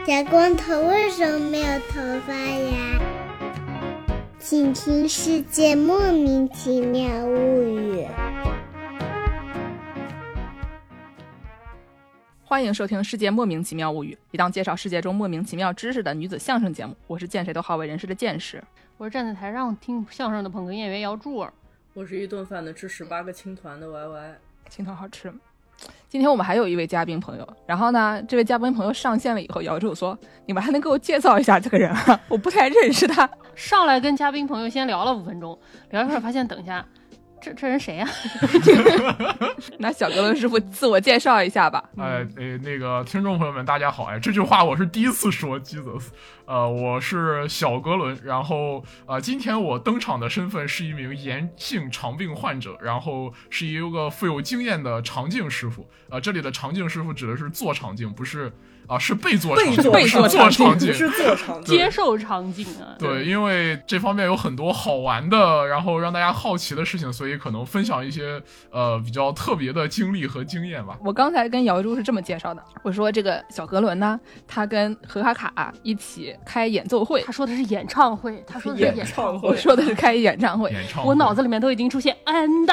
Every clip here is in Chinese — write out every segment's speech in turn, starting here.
小光头为什么没有头发呀？请听《世界莫名其妙物语》。 欢迎收听《世界莫名其妙物语》，一档介绍世界中莫名其妙知识的女子相声节目。我是见谁都好为人师的见识， 我是站在台上听相声的捧哏演员姚柱儿， 我是一顿饭的吃18个青团的 YY。 青团好吃。今天我们还有一位嘉宾朋友，然后呢，这位嘉宾朋友上线了以后，姚柱说：“你们还能给我介绍一下这个人啊？我不太认识他。” 上来跟嘉宾朋友先聊了5分钟，聊一会儿发现，等一下，这人谁呀？ 那小格伦师傅自我介绍一下吧。 那个听众朋友们，大家好！这句话我是第一次说 ，Jesus。我是小格伦，然后今天我登场的身份是一名炎性肠病患者，然后是一个富有经验的肠镜师傅。这里的肠镜师傅指的是做肠镜，不是。是被做肠镜， 被做肠镜， 不是做肠镜， 接受肠镜啊。 对，因为这方面有很多好玩的，然后让大家好奇的事情，所以可能分享一些比较特别的经历和经验吧。 我刚才跟姚柱是这么介绍的，我说这个小格伦呢，他跟何卡卡一起开演奏会， 他说的是演唱会，他说的是演唱会， 我说的是开演唱会， 我脑子里面都已经出现 And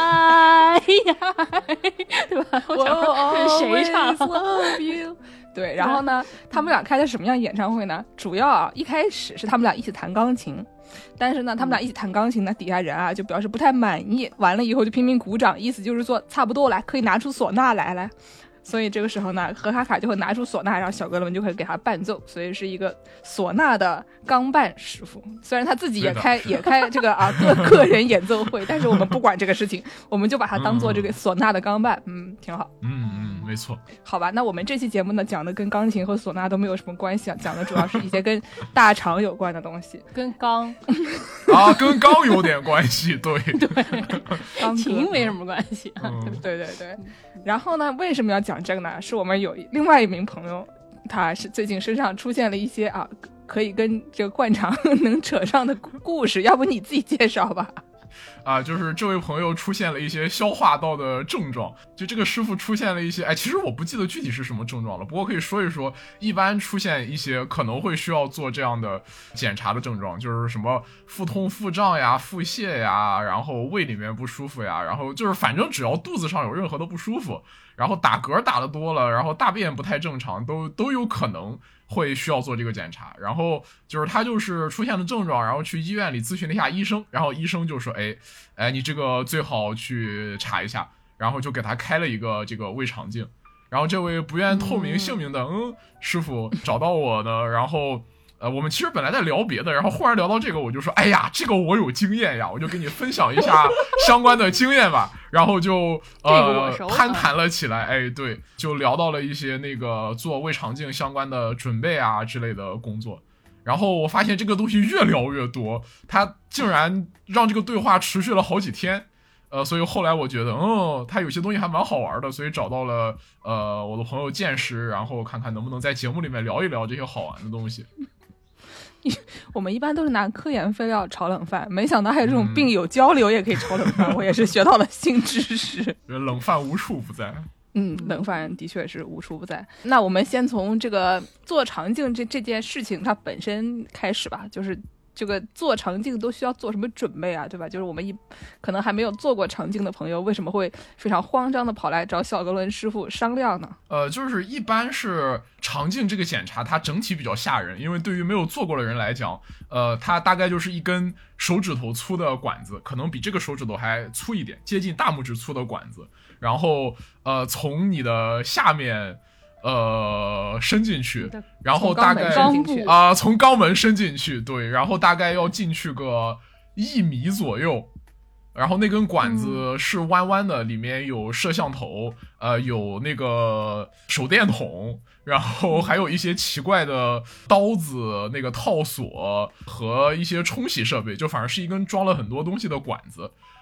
I， 对吧？我想说这是谁唱？ 对，然后呢，他们俩开的什么样演唱会呢？主要一开始是他们俩一起弹钢琴，但是呢，他们俩一起弹钢琴呢，底下人啊就表示不太满意，完了以后就拼命鼓掌，意思就是说差不多了，可以拿出唢呐来。所以这个时候呢，何卡卡就会拿出唢呐，然后小格伦就会给他伴奏，所以是一个唢呐的钢伴师傅。虽然他自己也开这个个人演奏会，但是我们不管这个事情，我们就把它当做这个唢呐的钢伴，挺好。 没错。 好吧，那我们这期节目呢，讲的跟钢琴和唢呐都没有什么关系啊，讲的主要是一些跟大肠有关的东西， 跟钢跟钢有点关系，对对，琴没什么关系啊。 对。然后呢，为什么要讲这个呢？是我们有另外一名朋友，他是最近身上出现了一些可以跟这个灌肠能扯上的故事，要不你自己介绍吧。 就是这位朋友出现了一些消化道的症状，就这个师傅出现了一些，其实我不记得具体是什么症状了，不过可以说一说，一般出现一些可能会需要做这样的检查的症状，就是什么腹痛、腹胀呀、腹泻呀，然后胃里面不舒服呀，然后就是反正只要肚子上有任何的不舒服，然后打嗝打得多了，然后大便不太正常，都有可能会需要做这个检查。然后就是他就是出现了症状，然后去医院里咨询了一下医生，然后医生就说你这个最好去查一下，然后就给他开了一个这个胃肠镜。然后这位不愿透明姓名的师傅找到我呢，然后我们其实本来在聊别的，然后忽然聊到这个，我就说这个我有经验呀，我就给你分享一下相关的经验吧。然后就攀谈了起来，对，就聊到了一些那个做胃肠镜相关的准备啊之类的工作。然后我发现这个东西越聊越多，他竟然让这个对话持续了好几天。所以后来我觉得他有些东西还蛮好玩的，所以找到了我的朋友见识，然后看看能不能在节目里面聊一聊这些好玩的东西。 我们一般都是拿科研废料炒冷饭，没想到还有这种病友交流也可以炒冷饭，我也是学到了新知识。 冷饭无处不在。 冷饭的确是无处不在。那我们先从这个做肠镜这件事情它本身开始吧，就是这个做肠镜都需要做什么准备啊，对吧？就是我们可能还没有做过肠镜的朋友，为什么会非常慌张的跑来找小格伦师傅商量呢？ 就是一般是肠镜这个检查，它整体比较吓人，因为对于没有做过的人来讲，它大概就是一根手指头粗的管子，可能比这个手指头还粗一点，接近大拇指粗的管子，然后从你的下面伸进去，然后大概从肛门伸进去，对，然后大概要进去个1米左右，然后那根管子是弯弯的，里面有摄像头，有那个手电筒，然后还有一些奇怪的刀子、那个套索和一些冲洗设备，就反正是一根装了很多东西的管子。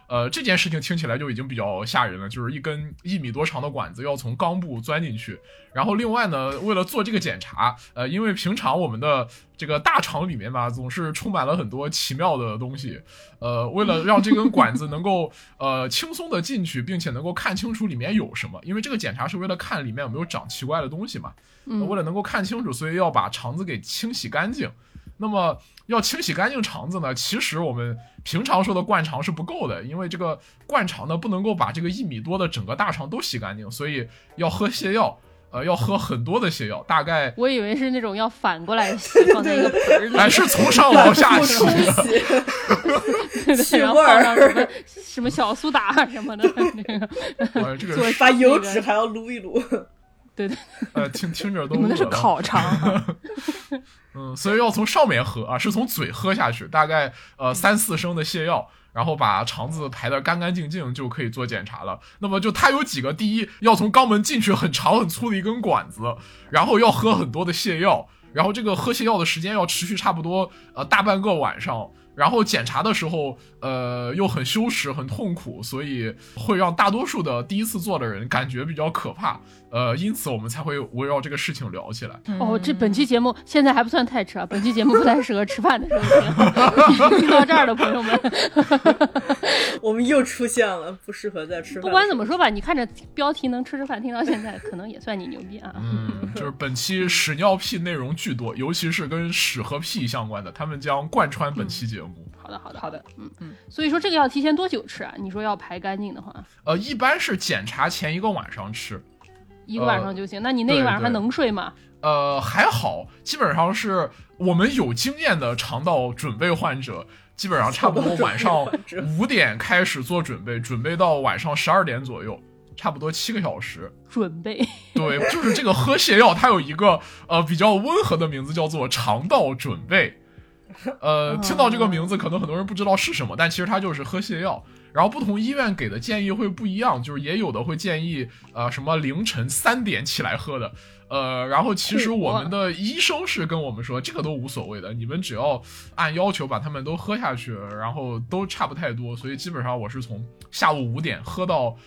这件事情听起来就已经比较吓人了，就是一根1米多长的管子要从肛部钻进去。然后另外呢，为了做这个检查，因为平常我们的这个大肠里面吧，总是充满了很多奇妙的东西，为了让这根管子能够轻松的进去，并且能够看清楚里面有什么，因为这个检查是为了看里面有没有长奇怪的东西嘛，为了能够看清楚，所以要把肠子给清洗干净。那么要清洗干净肠子呢，其实我们平常说的灌肠是不够的，因为这个灌肠呢不能够把这个1米多的整个大肠都洗干净，所以要喝泻药，要喝很多的泻药，大概我以为是那种要反过来洗，放在一个盆里， 是从上往下洗的， 对，然后放上什么小苏打什么的， 这个把油脂还要撸一撸。 对， 听着都你们那是烤肠啊。 所以要从上面喝啊，是从嘴喝下去，大概3-4升的泻药，然后把肠子排得干干净净，就可以做检查了。那么就它有几个，第一，要从肛门进去很长很粗的一根管子，然后要喝很多的泻药，然后这个喝泻药的时间要持续差不多大半个晚上。然后检查的时候，又很羞耻、很痛苦，所以会让大多数的第一次做的人感觉比较可怕。因此我们才会围绕这个事情聊起来。 这本期节目现在还不算太迟啊，本期节目不太适合吃饭的时候听。听到这儿的朋友们， 我们又出现了不适合在吃饭。 不管怎么说吧，你看着标题能吃饭，听到现在，可能也算你牛逼啊。 就是本期屎尿屁内容巨多，尤其是跟屎和屁相关的，他们将贯穿本期节目。 好的，所以说这个要提前多久吃啊？你说要排干净的话， 一般是检查前1个晚上吃 ，1个晚上就行。那你那一晚上还能睡吗？ 还好，基本上是我们有经验的肠道准备患者，基本上差不多晚上5点开始做准备到晚上12点左右，差不多7个小时。 准备对，就是这个喝泻药，它有一个比较温和的名字，叫做肠道准备。听到这个名字可能很多人不知道是什么，但其实它就是喝泻药。然后不同医院给的建议会不一样，就是也有的会建议什么凌晨3点起来喝的，然后其实我们的医生是跟我们说这个都无所谓的，你们只要按要求把它们都喝下去，然后都差不太多。所以基本上我是从下午5点喝到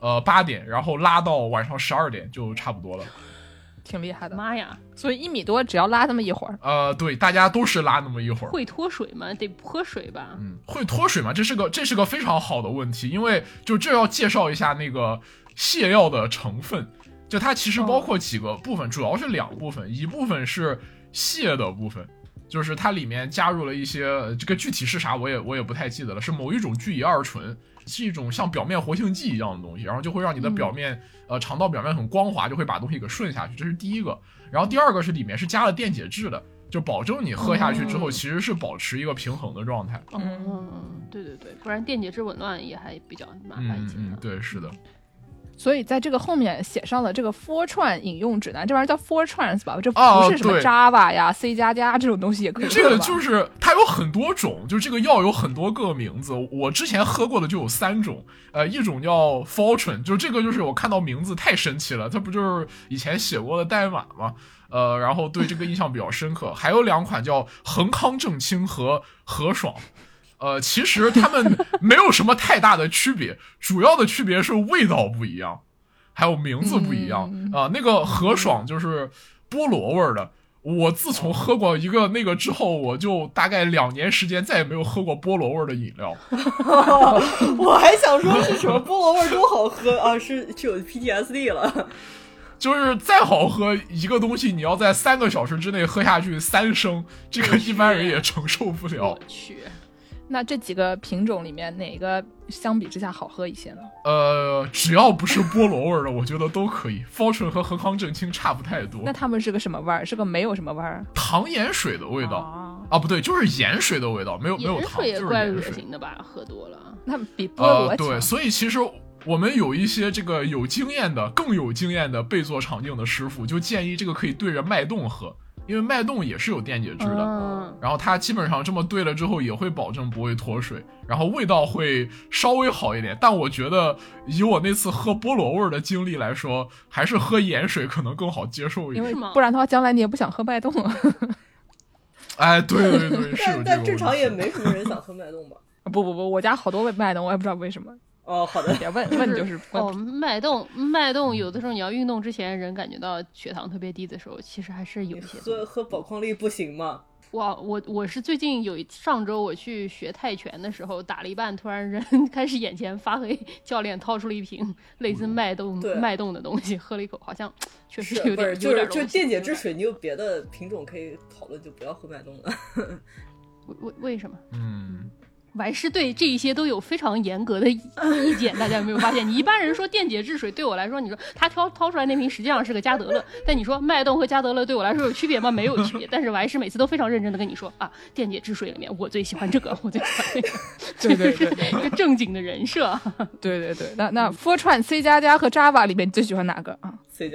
8点，然后拉到晚上12点就差不多了。 挺厉害的， 妈呀！ 所以1米多只要拉那么一会儿， 对，大家都是拉那么一会儿。 会脱水吗？得喝水吧？ 会脱水吗？这是个非常好的问题，因为就这要介绍一下那个泻药的成分，就它其实包括几个部分，主要是2部分，一部分是泻的部分。就是它里面加入了一些，这个具体是啥我也不太记得了，是某一种聚乙二醇，是一种像表面活性剂一样的东西，然后就会让你的表面肠道表面很光滑，就会把东西给顺下去，这是第一个。然后第二个是里面是加了电解质的，就保证你喝下去之后其实是保持一个平衡的状态。 对，不然电解质紊乱也还比较麻烦一些。 对，是的。 所以在这个后面写上了这个 Fortran 饮用指南，这玩意儿叫 Fortrans 吧？这不是什么 Java 呀、C++ 这种东西也可以。 这个就是它有很多种，就这个药有很多个名字。我之前喝过的就有3种，一种叫 Fortran， 就这个就是我看到名字太神奇了，它不就是以前写过的代码吗？然后对这个印象比较深刻。还有2款叫恒康正清和和爽。其实它们没有什么太大的区别，主要的区别是味道不一样，还有名字不一样。那个和爽就是菠萝味的，我自从喝过一个那个之后，我就大概2年时间再也没有喝过菠萝味的饮料。 我还想说是什么菠萝味多好喝啊，是有 PTSD 了。 就是再好喝一个东西，你要在3个小时之内喝下去3升，这个一般人也承受不了。 我去。 那这几个品种里面哪个相比之下好喝一些呢？ 只要不是菠萝味的，我觉得都可以。Fortune 和恒康正清差不太多。 那它们是个什么味儿？是个没有什么味儿？ 糖盐水的味道不对，就是盐水的味道，没有糖， 盐水也怪恶就是盐水心的吧？喝多了， 那比菠萝强。 对，所以其实我们有一些这个有经验的、更有经验的备做肠镜的师傅，就建议这个可以对着脉动喝。因为脉动也是有电解质的，然后它基本上这么兑了之后也会保证不会脱水，然后味道会稍微好一点。但我觉得以我那次喝菠萝味的经历来说，还是喝盐水可能更好接受一点， 因为不然的话将来你也不想喝脉动了。 对，是有这个问题。 但正常也没什么人想喝脉动吧？ 不，我家好多脉动，我也不知道为什么。 哦，好的， 别问就是哦，脉动，有的时候你要运动之前，人感觉到血糖特别低的时候，其实还是有一些喝宝矿力不行吗？ 我是最近上周我去学泰拳的时候，打了一半，突然人开始眼前发黑，教练掏出了一瓶类似脉动的东西，喝了一口，好像确实有点就是电解质水，你有别的品种可以讨论，就不要喝脉动了。 为什么？完是对这一些都有非常严格的意见，大家有没有发现？你一般人说电解质水，对我来说，你说他掏出来那瓶实际上是个加德乐，但你说脉动和加德乐对我来说有区别吗？没有区别。但是完是每次都非常认真的跟你说啊，电解质水里面我最喜欢这个，我最喜欢那个，对，一个正经的人设。 对，那 Fortran C++ 和 Java 里面你最喜欢哪个啊 ？C++。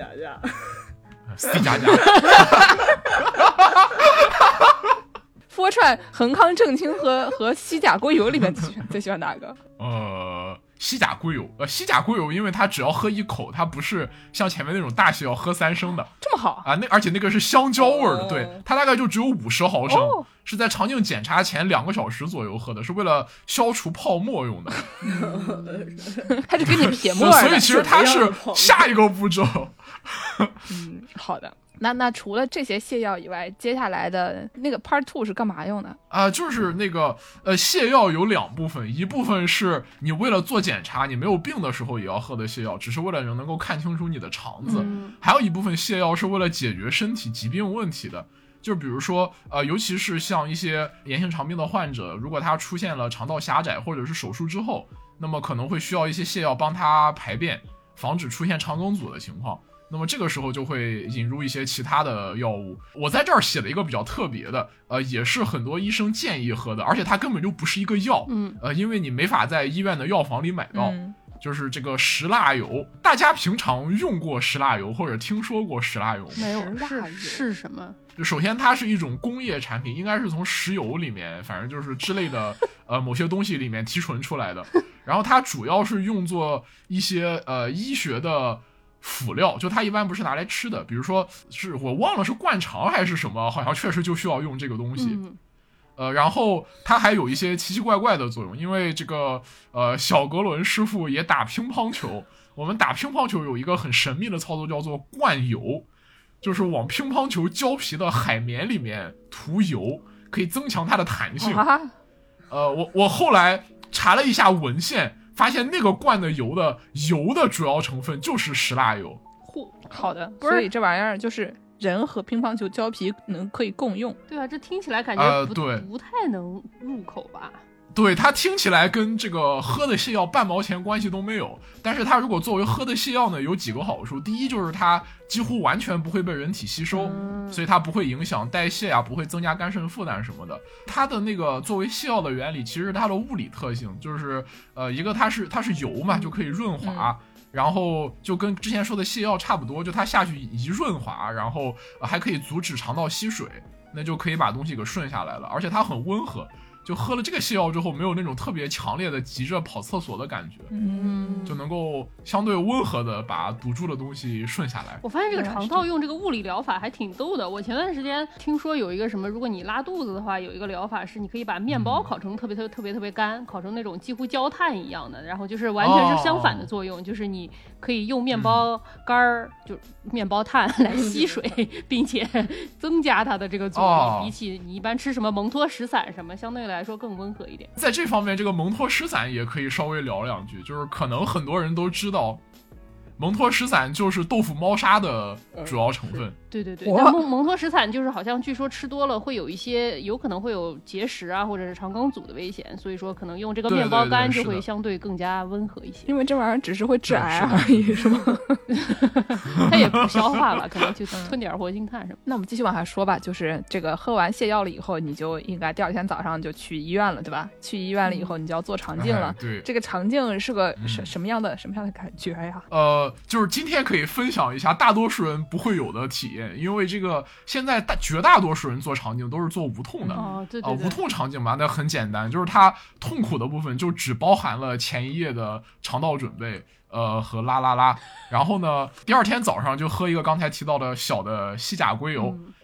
Fortran 恒康正清和西甲硅油里面最喜欢哪个？ 西甲硅油，因为它只要喝一口，它不是像前面那种大西药喝3升的， 这么好啊！而且那个是香蕉味的，对，它大概就只有50毫升，是在肠镜检查前2个小时左右喝的，是为了消除泡沫用的。 它是给你撇沫的， 所以其实它是下一个步骤。 好的。那除了这些泻药以外，接下来的那个 Part 2是干嘛用的啊？就是那个泻药有2部分，一部分是你为了做检查，你没有病的时候也要喝的泻药，只是为了能够看清楚你的肠子；还有一部分泻药是为了解决身体疾病问题的。就比如说尤其是像一些炎性肠病的患者，如果他出现了肠道狭窄或者是手术之后，那么可能会需要一些泻药帮他排便，防止出现肠梗阻的情况。那么这个时候就会引入一些其他的药物。我在这儿写了一个比较特别的，也是很多医生建议喝的，而且它根本就不是一个药，因为你没法在医院的药房里买到，就是这个石蜡油。大家平常用过石蜡油或者听说过石蜡油吗？ 没有，是什么？ 首先它是一种工业产品，应该是从石油里面，反正就是之类的某些东西里面提纯出来的。然后它主要是用作一些医学的辅料，就它一般不是拿来吃的，比如说是我忘了是灌肠还是什么，好像确实就需要用这个东西。然后它还有一些奇奇怪怪的作用，因为这个小格伦师傅也打乒乓球，我们打乒乓球有一个很神秘的操作叫做灌油，就是往乒乓球胶皮的海绵里面涂油，可以增强它的弹性。我后来查了一下文献，发现那个灌的油的主要成分就是石蜡油。 好的，所以这玩意儿就是人和乒乓球胶皮可以共用。 对啊，这听起来感觉不太能入口吧？ 对，它听起来跟这个喝的泻药半毛钱关系都没有，但是它如果作为喝的泻药呢，有几个好处。第一就是它几乎完全不会被人体吸收，所以它不会影响代谢啊，不会增加肝肾负担什么的。它的那个作为泻药的原理，其实它的物理特性就是一个它是油嘛，就可以润滑。然后就跟之前说的泻药差不多，就它下去一润滑，然后还可以阻止肠道吸水，那就可以把东西给顺下来了。而且它很温和，就喝了这个泻药之后，没有那种特别强烈的急着跑厕所的感觉，就能够相对温和的把堵住的东西顺下来。 我发现这个肠道用这个物理疗法还挺逗的。我前段时间听说有一个什么，如果你拉肚子的话，有一个疗法是你可以把面包烤成特别干，烤成那种几乎焦炭一样的，然后就是完全是相反的作用，就是你可以用面包干儿，就面包炭来吸水，并且增加它的这个作用，比起你一般吃什么蒙脱石散什么，相对来说更温和一点。 在这方面，这个蒙脱石散也可以稍微聊两句，就是可能很多人都知道，蒙脱石散就是豆腐猫砂的主要成分。 对，但蒙脱石散就是好像据说吃多了会有可能会有结石啊，或者是肠梗阻的危险，所以说可能用这个面包干就会相对更加温和一些。 因为这玩意儿只是会致癌而已，是吗？ 它也不消化吧，可能就吞点活性炭什么。 那我们继续往下说吧，就是这个喝完泻药了以后，你就应该第二天早上就去医院了，对吧？去医院了以后，你就要做肠镜了。 对， 这个肠镜是个什么样的感觉呀？ 就是今天可以分享一下大多数人不会有的体验，因为这个现在绝大多数人做肠镜都是做无痛的。 对， 无痛肠镜嘛，那很简单，就是它痛苦的部分就只包含了前一夜的肠道准备，和拉，然后呢，第二天早上就喝一个刚才提到的小的西甲硅油，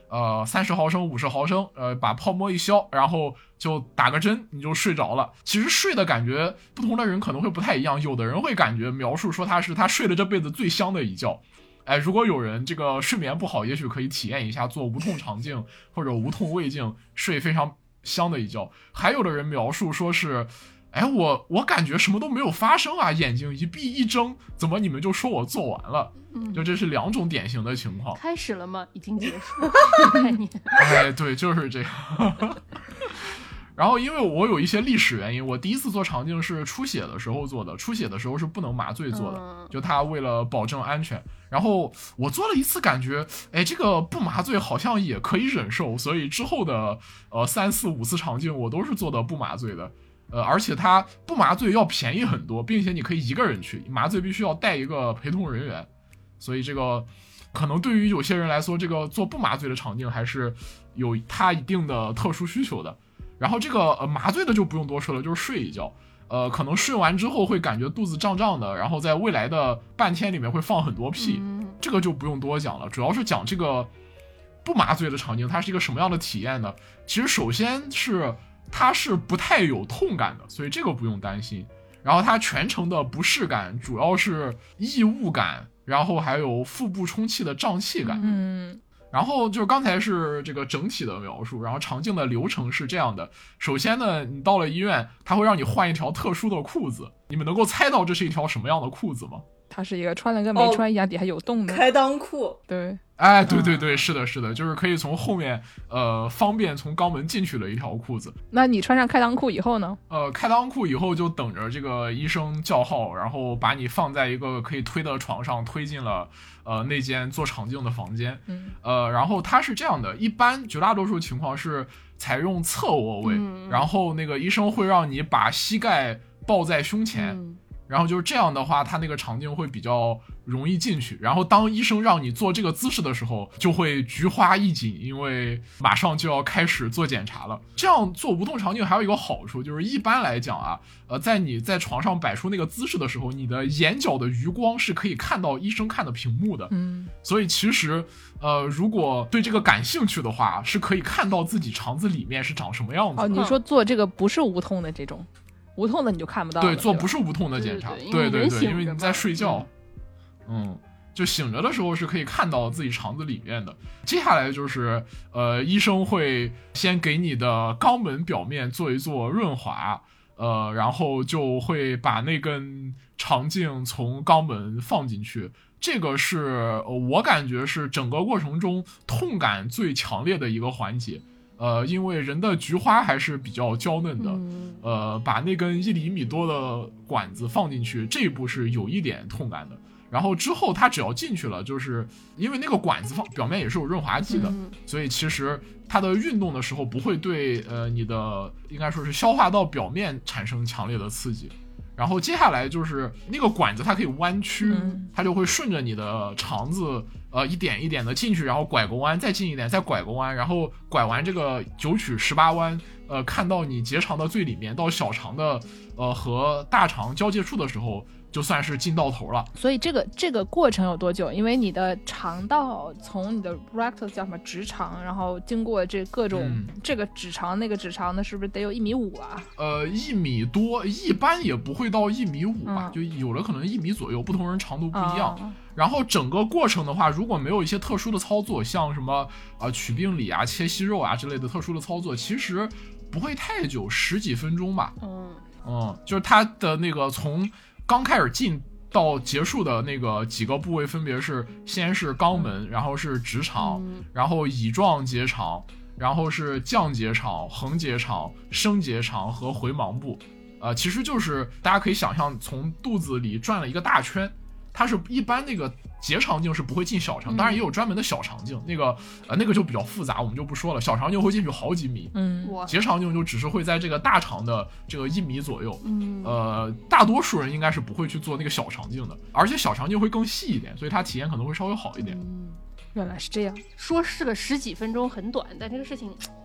30毫升、50毫升，把泡沫一消，然后就打个针，你就睡着了。其实睡的感觉，不同的人可能会不太一样。有的人会感觉描述说他睡了这辈子最香的一觉。哎，如果有人这个睡眠不好，也许可以体验一下做无痛肠镜或者无痛胃镜，睡非常香的一觉。还有的人描述说是，哎，我感觉什么都没有发生啊，眼睛一闭一睁，怎么你们就说我做完了？就这是2种典型的情况。 开始了吗？已经结束了。概念。 哎，对，就是这样。然后因为我有一些历史原因，我第一次做肠镜是出血的时候做的，出血的时候是不能麻醉做的，就他为了保证安全。然后我做了一次，感觉哎，这个不麻醉好像也可以忍受，所以之后的3、4、5次肠镜我都是做的不麻醉的。而且它不麻醉要便宜很多，并且你可以一个人去，麻醉必须要带一个陪同人员，所以这个可能对于有些人来说，这个做不麻醉的肠镜还是有它一定的特殊需求的。然后这个麻醉的就不用多说了，就是睡一觉，可能睡完之后会感觉肚子胀胀的，然后在未来的半天里面会放很多屁，这个就不用多讲了。主要是讲这个不麻醉的肠镜它是一个什么样的体验呢？其实首先是它是不太有痛感的，所以这个不用担心。然后它全程的不适感主要是异物感，然后还有腹部充气的胀气感。然后就是刚才是这个整体的描述，然后肠镜的流程是这样的。首先呢，你到了医院，他会让你换一条特殊的裤子。你们能够猜到这是一条什么样的裤子吗？ 它是一个穿了跟没穿一样，底下有洞的开裆裤。 对， 哎，对对对，是的，是的，就是可以从后面方便从肛门进去的一条裤子。 那你穿上开裆裤以后呢？ 开裆裤以后就等着这个医生叫号，然后把你放在一个可以推的床上，推进了那间做肠镜的房间。然后它是这样的，一般绝大多数情况是采用侧卧位，然后那个医生会让你把膝盖抱在胸前。然后就是这样的话，他那个肠镜会比较容易进去。然后当医生让你做这个姿势的时候，就会菊花一紧，因为马上就要开始做检查了。这样做无痛肠镜还有一个好处，就是一般来讲啊，在你在床上摆出那个姿势的时候，你的眼角的余光是可以看到医生看的屏幕的。所以其实如果对这个感兴趣的话，是可以看到自己肠子里面是长什么样子的。 哦，你说做这个不是无痛的这种？无痛的你就看不到了。 对，做不是无痛的检查。对对对，因为你在睡觉。就醒着的时候是可以看到自己肠子里面的。接下来就是医生会先给你的肛门表面做一做润滑，然后就会把那根肠镜从肛门放进去。这个是我感觉是整个过程中痛感最强烈的一个环节。因为人的菊花还是比较娇嫩的，把那根1厘米多的管子放进去，这一步是有一点痛感的。然后之后它只要进去了，就是因为那个管子表面也是有润滑剂的，所以其实它的运动的时候不会对你的应该说是消化道表面产生强烈的刺激。然后接下来就是那个管子它可以弯曲，它就会顺着你的肠子一点一点的进去，然后拐个弯，再进一点，再拐个弯，然后拐完这个9曲18弯，看到你结肠的最里面到小肠的和大肠交界处的时候，就算是进到头了。 所以这个过程有多久？因为你的肠道从你的 rectus 叫什么直肠，然后经过这各种、这个直肠那个直肠的，是不是得有1.5米啊 ？1米多，一般也不会到1.5米吧，就有的可能1米左右，不同人长度不一样。然后整个过程的话，如果没有一些特殊的操作，像什么取病理啊、切息肉啊之类的特殊的操作，其实不会太久，10几分钟吧。就是它的那个从刚开始进到结束的那个几个部位，分别是先是肛门，然后是直肠，然后乙状结肠，然后是降结肠、横结肠、升结肠和回盲部。其实就是大家可以想象，从肚子里转了一个大圈。它是一般那个结肠镜是不会进小肠，当然也有专门的小肠镜，那个就比较复杂，我们就不说了。小肠镜会进去好几米，结肠镜就只是会在这个大肠的这个1米左右。大多数人应该是不会去做那个小肠镜的，而且小肠镜会更细一点，所以它体验可能会稍微好一点。 原来是这样， 说是个10几分钟很短，但这个事情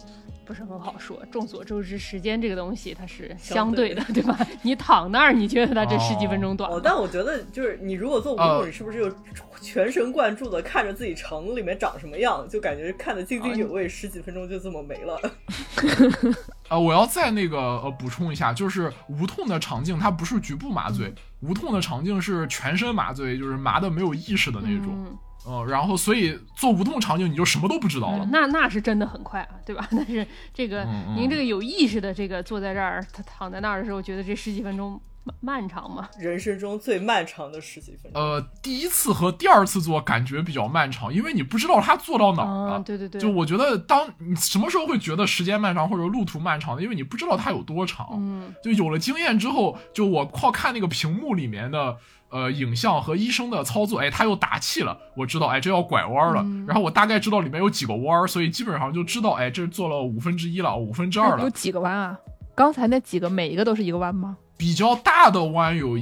不是很好说。众所周知，时间这个东西它是相对的，对吧？你躺那儿，你觉得它这10几分钟短吗？ 但我觉得就是你如果做蜈蚣，你是不是就全神贯注的看着自己肠子里面长什么样，就感觉看得津津有味，10几分钟就这么没了。 我要再那个补充一下，就是无痛的肠镜它不是局部麻醉，无痛的肠镜是全身麻醉，就是麻的没有意识的那种。然后所以做无痛肠镜你就什么都不知道了。 那是真的很快啊，对吧？但是这个您这个有意识的这个坐在这儿，他躺在那儿的时候，觉得这10几分钟漫长吗？ 人生中最漫长的10几分钟。 第一次和第二次做感觉比较漫长，因为你不知道他做到哪儿了。 对对对。 就我觉得，当你什么时候会觉得时间漫长或者路途漫长的，因为你不知道它有多长。就有了经验之后，就我靠看那个屏幕里面的影像和医生的操作，他又打气了，我知道，这要拐弯了。然后我大概知道里面有几个弯，所以基本上就知道，这做了1/5了，2/5了。 有几个弯啊？刚才那几个每一个都是一个弯吗？ 比较大的弯有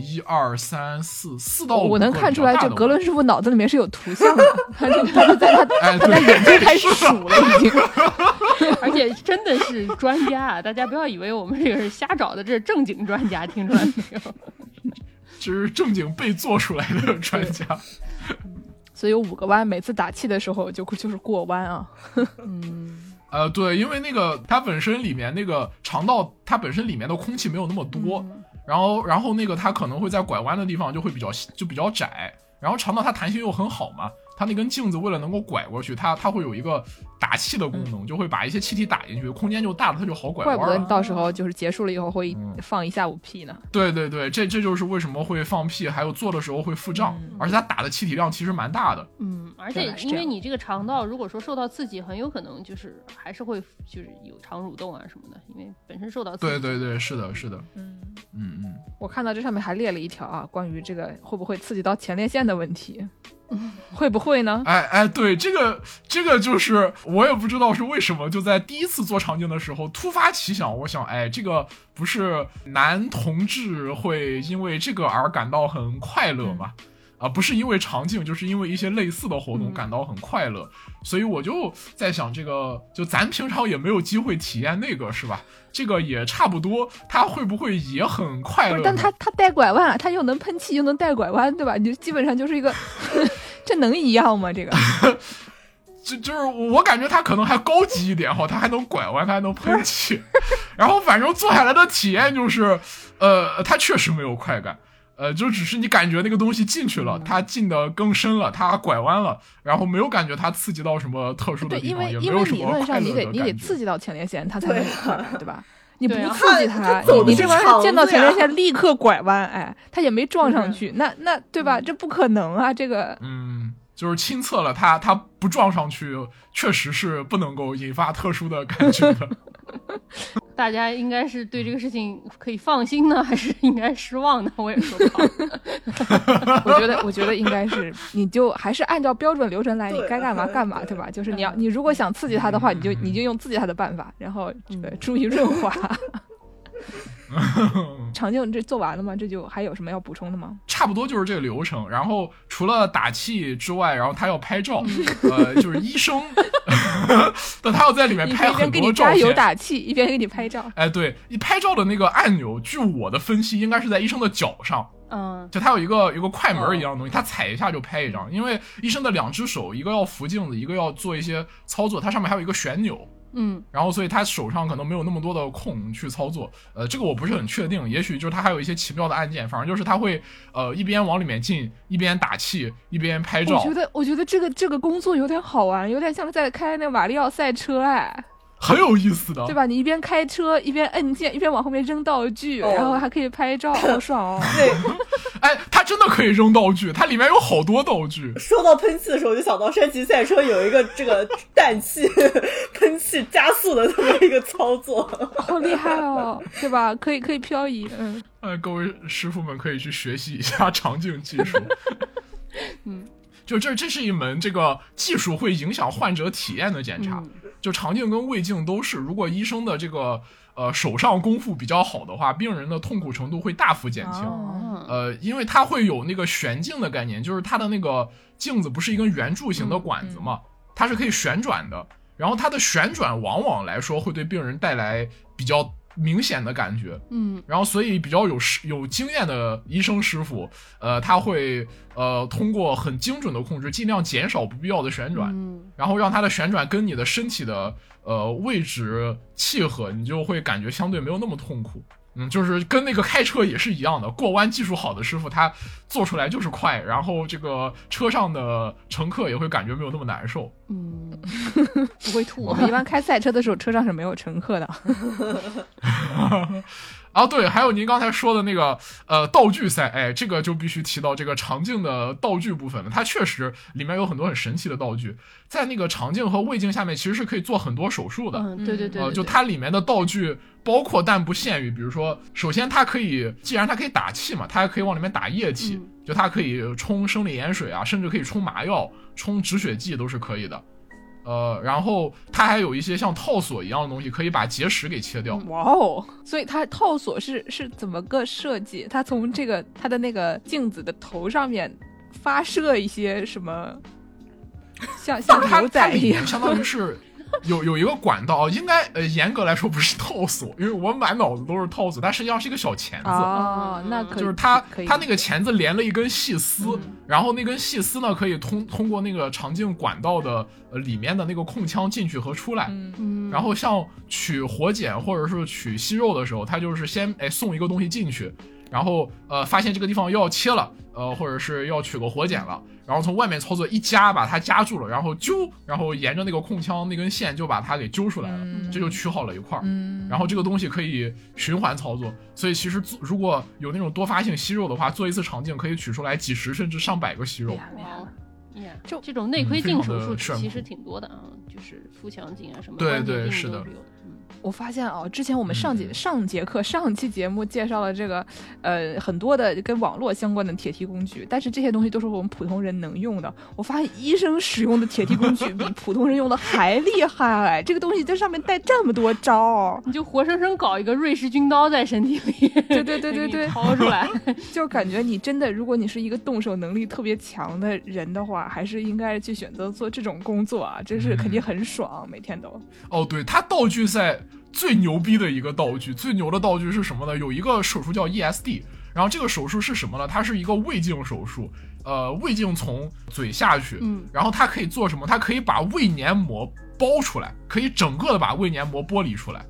1、2、3、4到5个。 我能看出来，这格伦师傅脑子里面是有图像的，他就在他眼睛开始数了已经。 而且真的是专家啊！大家不要以为我们这个是瞎找的，这是正经专家，听出来没有？ 这是正经被做出来的专家。 所以有5个弯，每次打气的时候就是过弯啊。 对，因为那个它本身里面那个肠道，它本身里面的空气没有那么多，然后那个它可能会在拐弯的地方就会比较窄，然后肠道它弹性又很好嘛，它那根镜子为了能够拐过去，它会有一个打气的功能，就会把一些气体打进去，空间就大了，它就好拐弯。 怪不得你到时候就是结束了以后会放1下午屁呢。 对对对，这就是为什么会放屁，还有做的时候会腹胀，而且它打的气体量其实蛮大的。 而且因为你这个肠道如果说受到刺激，很有可能就是还是会就是有肠蠕动啊什么的，因为本身受到刺激。 对对对，是的，是的。 我看到这上面还列了一条啊，关于这个会不会刺激到前列腺的问题。会不会呢？ 对，这个就是我也不知道是为什么，就在第一次做肠镜的时候突发奇想，我想，这个不是男同志会因为这个而感到很快乐吗？不是因为肠镜，就是因为一些类似的活动感到很快乐，所以我就在想，这个就咱平常也没有机会体验那个，是吧？这个也差不多，他会不会也很快乐？ 但他带拐弯啊，他又能喷气又能带拐弯，对吧？你就基本上就是一个，这能一样吗？这个就是我感觉他可能还高级一点哈，他还能拐弯，他还能喷气，然后反正做下来的体验就是，他确实没有快感。就只是你感觉那个东西进去了，它进得更深了，它拐弯了，然后没有感觉它刺激到什么特殊的地方，也没有什么快乐的感觉。 因为理论上你得刺激到前列腺，它才能有快感，对吧？你不对刺激它，你这玩意儿见到前列腺立刻拐弯，它也没撞上去，那对吧？这不可能啊，这个。 就是亲测了，它不撞上去，确实是不能够引发特殊的感觉的。 大家应该是对这个事情可以放心呢，还是应该失望呢？我也说不好。 我觉得应该是，你就还是按照标准流程来，你该干嘛干嘛，对吧？就是你如果想刺激它的话，你就用刺激它的办法，然后注意润滑。肠镜这做完了吗？这就还有什么要补充的吗？ 差不多就是这个流程。然后除了打气之外，然后他要拍照，就是医生，但他要在里面拍很多照片，一边给你加油打气，一边给你拍照。 对，一拍照的那个按钮，据我的分析，应该是在医生的脚上。就他有一个快门一样的东西，他踩一下就拍一张。因为医生的2只手，一个要扶镜子，一个要做一些操作，它上面还有一个旋钮。然后所以他手上可能没有那么多的空去操作，这个我不是很确定，也许就是他还有一些奇妙的按键，反正就是他会一边往里面进，一边打气，一边拍照。 我觉得这个工作有点好玩，有点像在开那马里奥赛车很有意思的， 对吧？你一边开车一边摁键，一边往后面扔道具，然后还可以拍照，好爽哦！ 对， 它真的可以扔道具，它里面有好多道具。 说到喷气的时候，我就想到山崎赛车有一个这个氮气喷气加速的这么一个操作， 好厉害哦，对吧？可以漂移， 各位师傅们可以去学习一下肠镜技术。就这是一门这个技术会影响患者体验的检查。就肠镜跟胃镜都是，如果医生的这个手上功夫比较好的话，病人的痛苦程度会大幅减轻。因为它会有那个旋镜的概念，就是它的那个镜子不是一根圆柱形的管子嘛，它是可以旋转的。 然后它的旋转往来说会对病人带来比较明显的感觉，然后所以比较有经验的医生师傅，他会通过很精准的控制，尽量减少不必要的旋转，然后让它的旋转跟你的身体的位置契合，你就会感觉相对没有那么痛苦。就是跟那个开车也是一样的，过弯技术好的师傅他做出来就是快，然后这个车上的乘客也会感觉没有那么难受。 不会吐。 我们一般开赛车的时候，车上是没有乘客的。 啊，对，还有您刚才说的那个道具赛，哎，这个就必须提到这个肠镜的道具部分了。它确实里面有很多很神奇的道具，在那个肠镜和胃镜下面其实是可以做很多手术的。 对， 就它里面的道具包括但不限于，比如说，首先它可以，既然它可以打气嘛，它还可以往里面打液体，就它可以冲生理盐水啊，甚至可以冲麻药、冲止血剂都是可以的。然后它还有一些像套索一样的东西，可以把结石给切掉。 哇哦！所以它套索是怎么个设计？它从它的那个镜子的头上面发射一些什么，像牛仔一样， 相当于是有一个管道，应该严格来说不是套索，因为我满脑子都是套索，它实际上是一个小钳子。 哦，那可以， 就是它那个钳子连了一根细丝，然后那根细丝呢可以通过那个肠镜管道的里面的那个空腔进去和出来。然后像取活检或者是取息肉的时候，它就是先送一个东西进去，然后发现这个地方要切了，或者是要取个活检了，然后从外面操作一夹把它夹住了，然后揪，然后沿着那个空腔那根线就把它给揪出来了，这就取好了一块。然后这个东西可以循环操作，所以其实如果有那种多发性息肉的话，做一次肠镜可以取出来几十甚至上百个息肉。 就这种内窥镜手术其实挺多的啊，就是腹腔镜啊什么的。 对，是的。 我发现之前我们上期节目介绍了这个很多的跟网络相关的铁梯工具，但是这些东西都是我们普通人能用的。我发现医生使用的铁梯工具比普通人用的还厉害，这个东西在上面带这么多招， 你就活生生搞一个瑞士军刀在身体里， 对， 掏出来， 就感觉你真的，如果你是一个动手能力特别强的人的话，还是应该去选择做这种工作啊，真是肯定很爽，每天都。 对，他道具赛最牛逼的一个道具，最牛的道具是什么呢？有一个手术叫 ESD， 然后这个手术是什么呢？它是一个胃镜手术，胃镜从嘴下去，然后它可以做什么？它可以把胃黏膜包出来，可以整个的把胃黏膜剥离出来。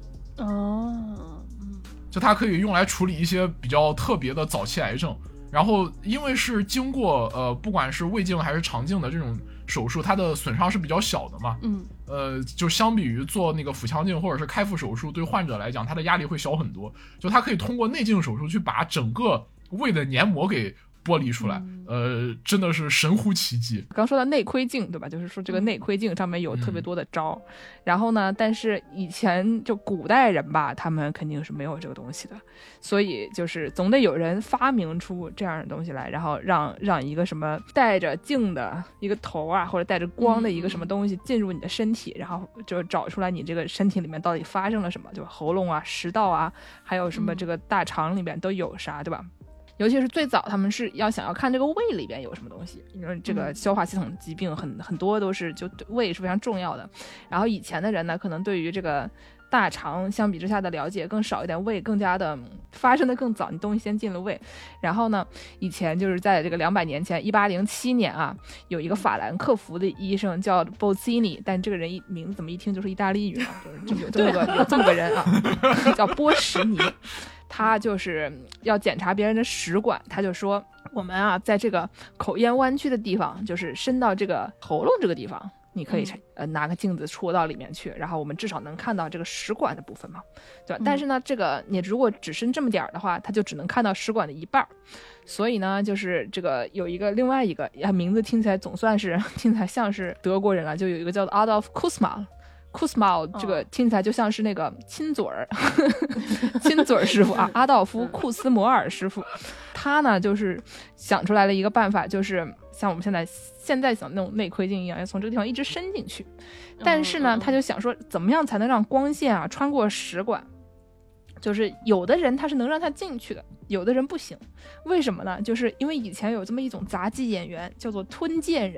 就它可以用来处理一些比较特别的早期癌症。然后因为是经过不管是胃镜还是肠镜的这种手术，它的损伤是比较小的嘛，就相比于做那个腹腔镜或者是开腹手术，对患者来讲它的压力会小很多，就它可以通过内镜手术去把整个胃的黏膜给剥离出来，真的是神乎其技。 刚说到内窥镜对吧，就是说这个内窥镜上面有特别多的招，然后呢但是以前就古代人吧，他们肯定是没有这个东西的，所以就是总得有人发明出这样的东西来，然后让一个什么带着镜的一个头啊，或者带着光的一个什么东西进入你的身体，然后就找出来你这个身体里面到底发生了什么，就喉咙啊、食道啊，还有什么这个大肠里面都有啥，对吧？尤其是最早他们是想要看这个胃里边有什么东西，因为这个消化系统疾病很多都是就胃是非常重要的。然后以前的人呢，可能对于这个大肠相比之下的了解更少一点，胃更加的发生的更早，你东西先进了胃。然后呢，以前就是在这个200年前，1807年啊，有一个法兰克福的医生叫 Bozzini， 但这个人名字怎么一听就是意大利语啊，就是有这么个人啊，叫波什尼。他就是要检查别人的食管，他就说我们啊，在这个口咽弯曲的地方，就是伸到这个喉咙这个地方，你可以拿个镜子戳到里面去，然后我们至少能看到这个食管的部分嘛，对吧？但是呢，这个你如果只伸这么点的话，它就只能看到食管的一半。所以呢，就是这个有另外一个名字听起来总算是听起来像是德国人了，就有一个叫做 Adolf Kussmaul，这个听起来就像是那个亲嘴儿师傅啊，阿道夫·库斯摩尔师傅，他呢就是想出来了一个办法，就是像我们现在想那种内窥镜一样，要从这个地方一直伸进去。但是呢，他就想说，怎么样才能让光线啊穿过食管？就是有的人他是能让他进去的，有的人不行。为什么呢？就是因为以前有这么一种杂技演员叫做吞剑人。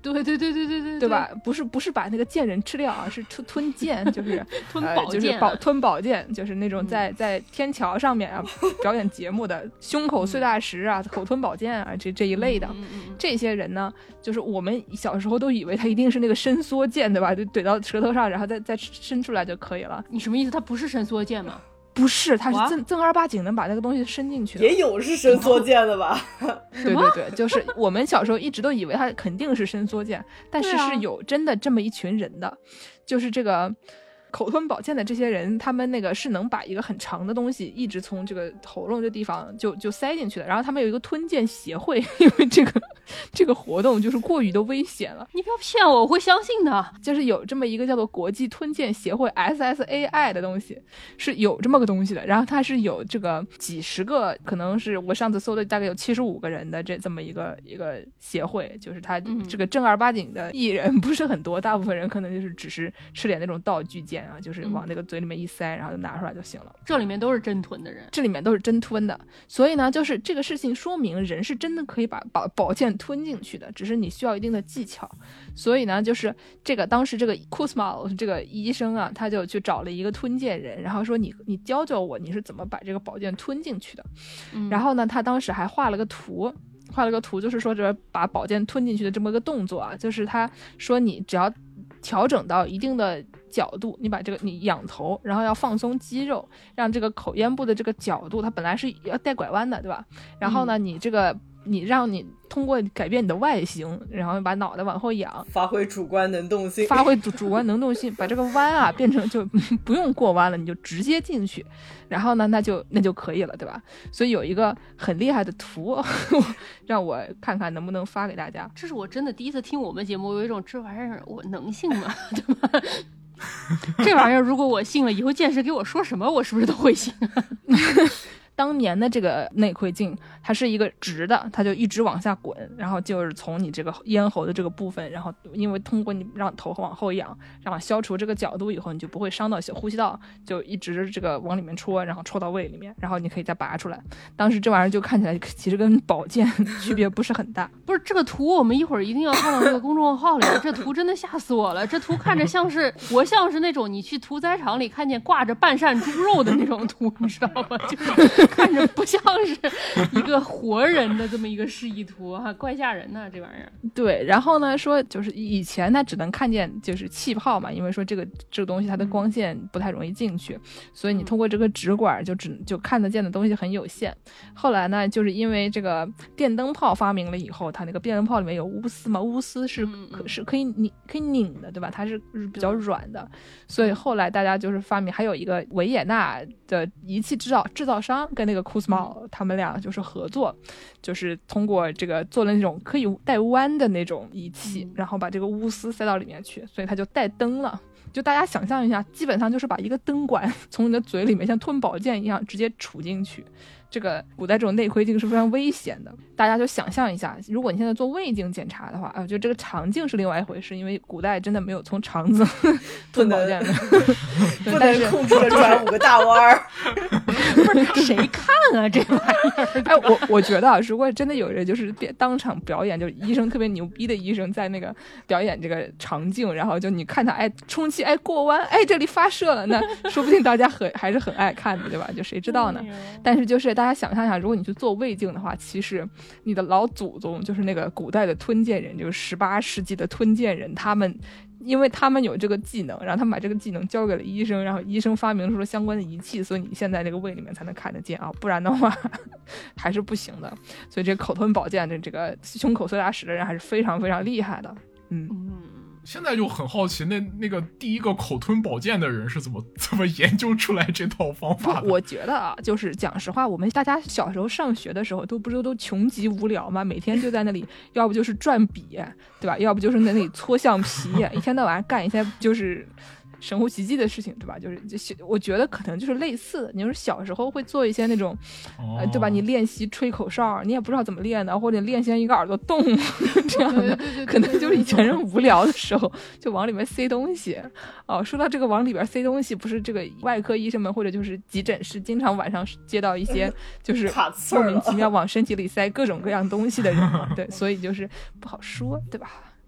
对吧？不是把那个剑人吃掉啊，是吞剑，就是吞宝剑， 就是吞宝剑，就是那种在天桥上面啊表演节目的胸口碎大石啊、口吞宝剑啊这一类的，这些人呢，就是我们小时候都以为他一定是那个伸缩剑，对吧？就怼到舌头上，然后再伸出来就可以了。 你什么意思？它不是伸缩剑吗？ 不是，它是正儿八经能把那个东西伸进去的。 也有是伸缩剑的吧？ 对，就是我们小时候一直都以为它肯定是伸缩剑，但是是有真的这么一群人的，就是这个口吞宝剑的这些人，他们那个是能把一个很长的东西一直从这个喉咙这地方就塞进去的。然后他们有一个吞剑协会，因为这个活动就是过于的危险了。 你不要骗我，我会相信的。 就是有这么一个叫做国际吞剑协会 SSAI 的东西，是有这么个东西的。然后它是有这个几十个，可能是我上次搜的大概有75个人的这么一个协会，就是它这个正儿八经的艺人不是很多，大部分人可能就是只是吃点那种道具剑啊，就是往那个嘴里面一塞，然后就拿出来就行了。 这里面都是真吞的人， 这里面都是真吞的，所以呢，就是这个事情说明人是真的可以把宝剑吞进去的，只是你需要一定的技巧。所以呢，就是当时这个 Kussmaul 这个医生啊，他就去找了一个吞剑人，然后说你教教我你是怎么把这个宝剑吞进去的。然后呢，他当时还画了个图，就是说这把宝剑吞进去的这么个动作啊，就是他说你只要调整到一定的角度，你把你仰头，然后要放松肌肉，让这个口咽部的这个角度，它本来是要带拐弯的，对吧？然后呢，你让你通过改变你的外形，然后把脑袋往后仰， 发挥主观能动性， 主观能动性，把这个弯啊变成就不用过弯了，你就直接进去，然后呢，那就可以了，对吧？所以有一个很厉害的图，让我看看能不能发给大家。 这是我真的第一次听我们节目，有一种这玩意儿我能信吗？对吧？这玩意儿如果我信了，以后剑士给我说什么，我是不是都会信？ 当年的这个内窥镜，它是一个直的，它就一直往下滚，然后就是从你这个咽喉的这个部分，然后因为通过你让头往后仰，然后消除这个角度以后，你就不会伤到呼吸道，就一直这个往里面戳，然后戳到胃里面，然后你可以再拔出来。当时这玩意儿就看起来其实跟宝剑区别不是很大。 不是这个图，我们一会儿一定要看到这个公众号里。这图真的吓死我了，这图看着像是那种你去屠宰场里看见挂着半扇猪肉的那种图，你知道吗？就是看着不像是一个活人的这么一个示意图哈，怪吓人呐，这玩意儿。 对，然后呢说就是以前他只能看见就是气泡嘛，因为说这个东西它的光线不太容易进去，所以你通过这个直管就看得见的东西很有限。后来呢，就是因为这个电灯泡发明了以后，它那个电灯泡里面有钨丝嘛，钨丝是可以拧的，对吧？它是比较软的，所以后来大家就是发明，还有一个维也纳的仪器制造商跟那个Kussmaul他们俩就是合作，就是通过这个做了那种可以带弯的那种仪器，然后把这个钨丝塞到里面去，所以它就带灯了。就大家想象一下，基本上就是把一个灯管从你的嘴里面像吞宝剑一样直接杵进去。这个古代这种内窥镜是非常危险的，大家就想象一下，如果你现在做胃镜检查的话，我觉得这个肠镜是另外一回事，因为古代真的没有从肠子吞宝剑的， 不能控制着转5个大弯儿。 不是谁看啊这玩意儿？ 哎，我觉得啊，如果真的有人就是当场表演，就是医生特别牛逼的医生在那个表演这个肠镜，然后就你看他充气过弯，这里发射了，那说不定大家还是很爱看的，对吧？就谁知道呢？但是就是大家想象一下，如果你去做胃镜的话，其实你的老祖宗就是那个古代的吞剑人，就是18世纪的吞剑人，因为他们有这个技能，然后他们把这个技能交给了医生，然后医生发明出了相关的仪器，所以你现在这个胃里面才能看得见啊，不然的话还是不行的。所以这个口吞宝剑的这个胸口碎大石的人还是非常非常厉害的。 现在就很好奇，那个第一个口吞宝剑的人是怎么研究出来这套方法的？ 我觉得啊，就是讲实话，我们大家小时候上学的时候都穷极无聊嘛，每天就在那里，要不就是转笔，对吧？要不就是在那里搓橡皮，一天到晚干一些就是神乎其技的事情，对吧？就是我觉得可能就是类似的，你就是小时候会做一些那种，对吧？你练习吹口哨，你也不知道怎么练的，或者练习一个耳朵动这样的，可能就是以前人无聊的时候就往里面塞东西。说到这个往里边塞东西，不是这个外科医生们或者就是急诊室经常晚上接到一些就是莫名其妙往身体里塞各种各样东西的人嘛，对，所以就是不好说，对吧？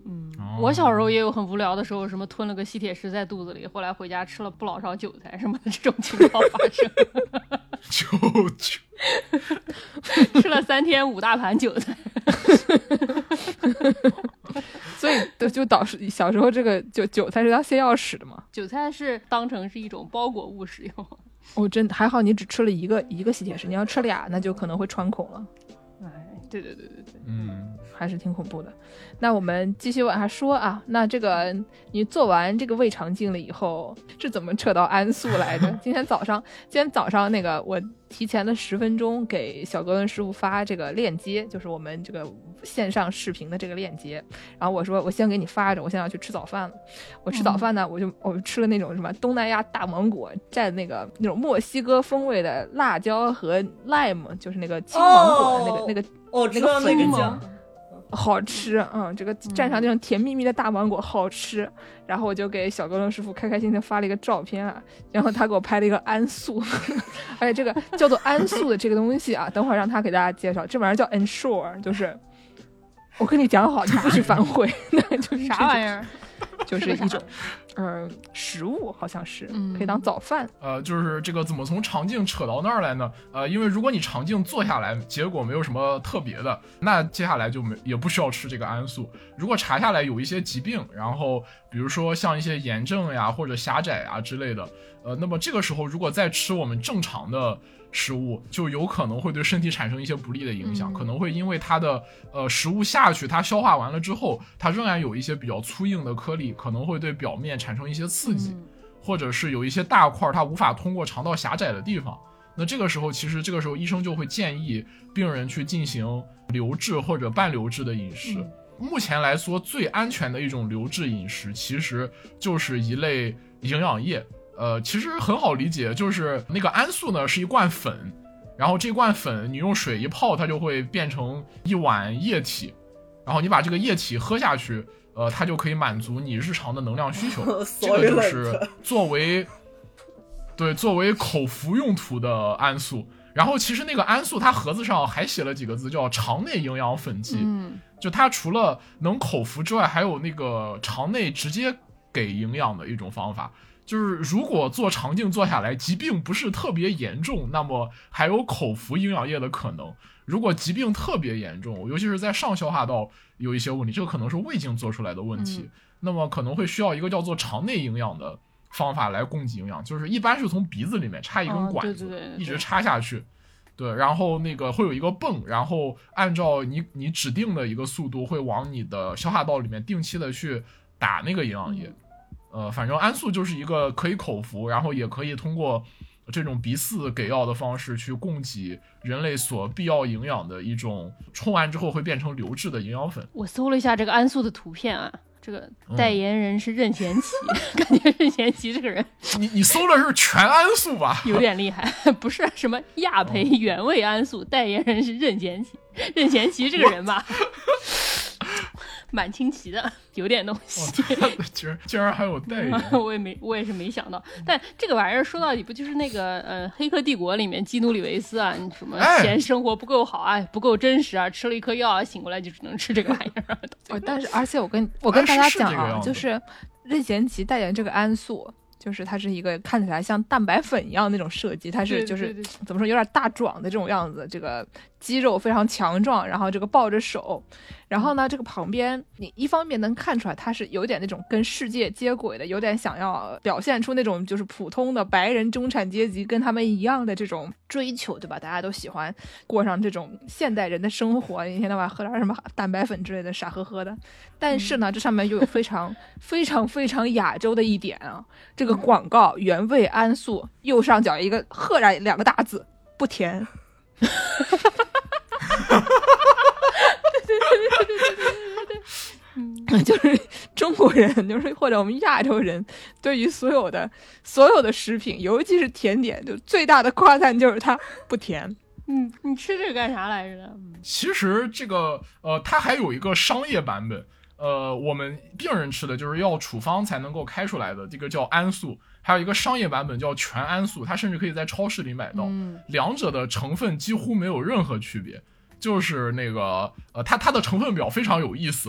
我小时候也有很无聊的时候，什么吞了个吸铁石在肚子里，后来回家吃了不老少韭菜什么的这种情况发生。吃了3天5大盘韭菜。 所以就导致小时候这个韭菜是当泻药使的嘛？ 韭菜是当成是一种包裹物使用。 哦，真的还好，你只吃了一个吸铁石，你要吃俩，那就可能会穿孔了。 哎，对， 还是挺恐怖的。那我们继续往下说啊，那这个你做完这个胃肠镜了以后是怎么扯到安素来着？今天早上那个我提前了10分钟给小哥伦师傅发这个链接，就是我们这个线上视频的这个链接，然后我说我先给你发着，我现在要去吃早饭了。我吃早饭呢，我吃了那种什么东南亚大芒果蘸那种墨西哥风味的辣椒和 lime， 就是那个青芒果的那个粉酱。 好吃，这个蘸上那种甜蜜蜜的大芒果好吃。然后我就给小哥伦师傅开开心心发了一个照片啊，然后他给我拍了一个安素，而且这个叫做安素的这个东西啊，等会儿让他给大家介绍，这玩意儿叫 Ensure， 就是我跟你讲好，你不许反悔，那就是啥玩意儿？ 就是一种食物，好像是可以当早饭。 就是这个怎么从肠镜扯到那儿来呢？因为如果你肠镜做下来结果没有什么特别的，那接下来就也不需要吃这个安素。如果查下来有一些疾病，然后比如说像一些炎症呀或者狭窄啊之类的，那么这个时候如果再吃我们正常的食物，就有可能会对身体产生一些不利的影响，可能会因为它的食物下去，它消化完了之后，它仍然有一些比较粗硬的颗粒，可能会对表面产生一些刺激，或者是有一些大块它无法通过肠道狭窄的地方。那这个时候医生就会建议病人去进行流质或者半流质的饮食。目前来说最安全的一种流质饮食其实就是一类营养液。其实很好理解，就是那个安素呢是一罐粉，然后这罐粉你用水一泡，它就会变成一碗液体，然后你把这个液体喝下去，它就可以满足你日常的能量需求。这个就是作为口服用途的安素。然后其实那个安素它盒子上还写了几个字，叫肠内营养粉剂。就它除了能口服之外，还有那个肠内直接给营养的一种方法。就是如果做肠镜做下来疾病不是特别严重，那么还有口服营养液的可能。如果疾病特别严重，尤其是在上消化道有一些问题，这个可能是胃镜做出来的问题，那么可能会需要一个叫做肠内营养的方法来供给营养，就是一般是从鼻子里面插一根管子，一直插下去。对，然后那个会有一个泵，然后按照你指定的一个速度会往你的消化道里面定期的去打那个营养液。反正安素就是一个可以口服，然后也可以通过这种鼻饲给药的方式去供给人类所必要营养的一种冲完之后会变成流质的营养粉。 我搜了一下这个安素的图片啊，这个代言人是任贤齐，感觉任贤齐这个人， 你搜的是全安素吧？ 有点厉害，不是什么亚培原味安素，代言人是任贤齐，任贤齐这个人吧。蛮清奇的，有点东西。 竟然还有代言， 我也是没想到。但这个玩意儿说到底不就是那个黑客帝国里面基努里维斯啊，什么嫌生活不够好啊，不够真实啊，吃了一颗药啊，醒过来就只能吃这个玩意儿。 但是而且我跟大家讲啊，就是任贤齐代言这个安素。就是它是一个看起来像蛋白粉一样那种设计，它是就是怎么说有点大壮的这种样子，这个肌肉非常强壮，然后这个抱着手，然后呢这个旁边你一方面能看出来它是有点那种跟世界接轨的，有点想要表现出那种就是普通的白人中产阶级跟他们一样的这种追求，对吧？大家都喜欢过上这种现代人的生活，一天到晚喝点什么蛋白粉之类的傻呵呵的。但是呢这上面又有非常非常非常亚洲的一点啊，这个广告原味安素右上角一个赫然2个大字，不甜。对，就是中国人，就是或者我们亚洲人，对于所有的食品，尤其是甜点，就最大的夸赞就是它不甜。 你吃这个干啥来着的？ 其实这个它还有一个商业版本，我们病人吃的就是要处方才能够开出来的，这个叫安素。还有一个商业版本叫全安素，它甚至可以在超市里买到，两者的成分几乎没有任何区别。就是那个它的成分表非常有意思，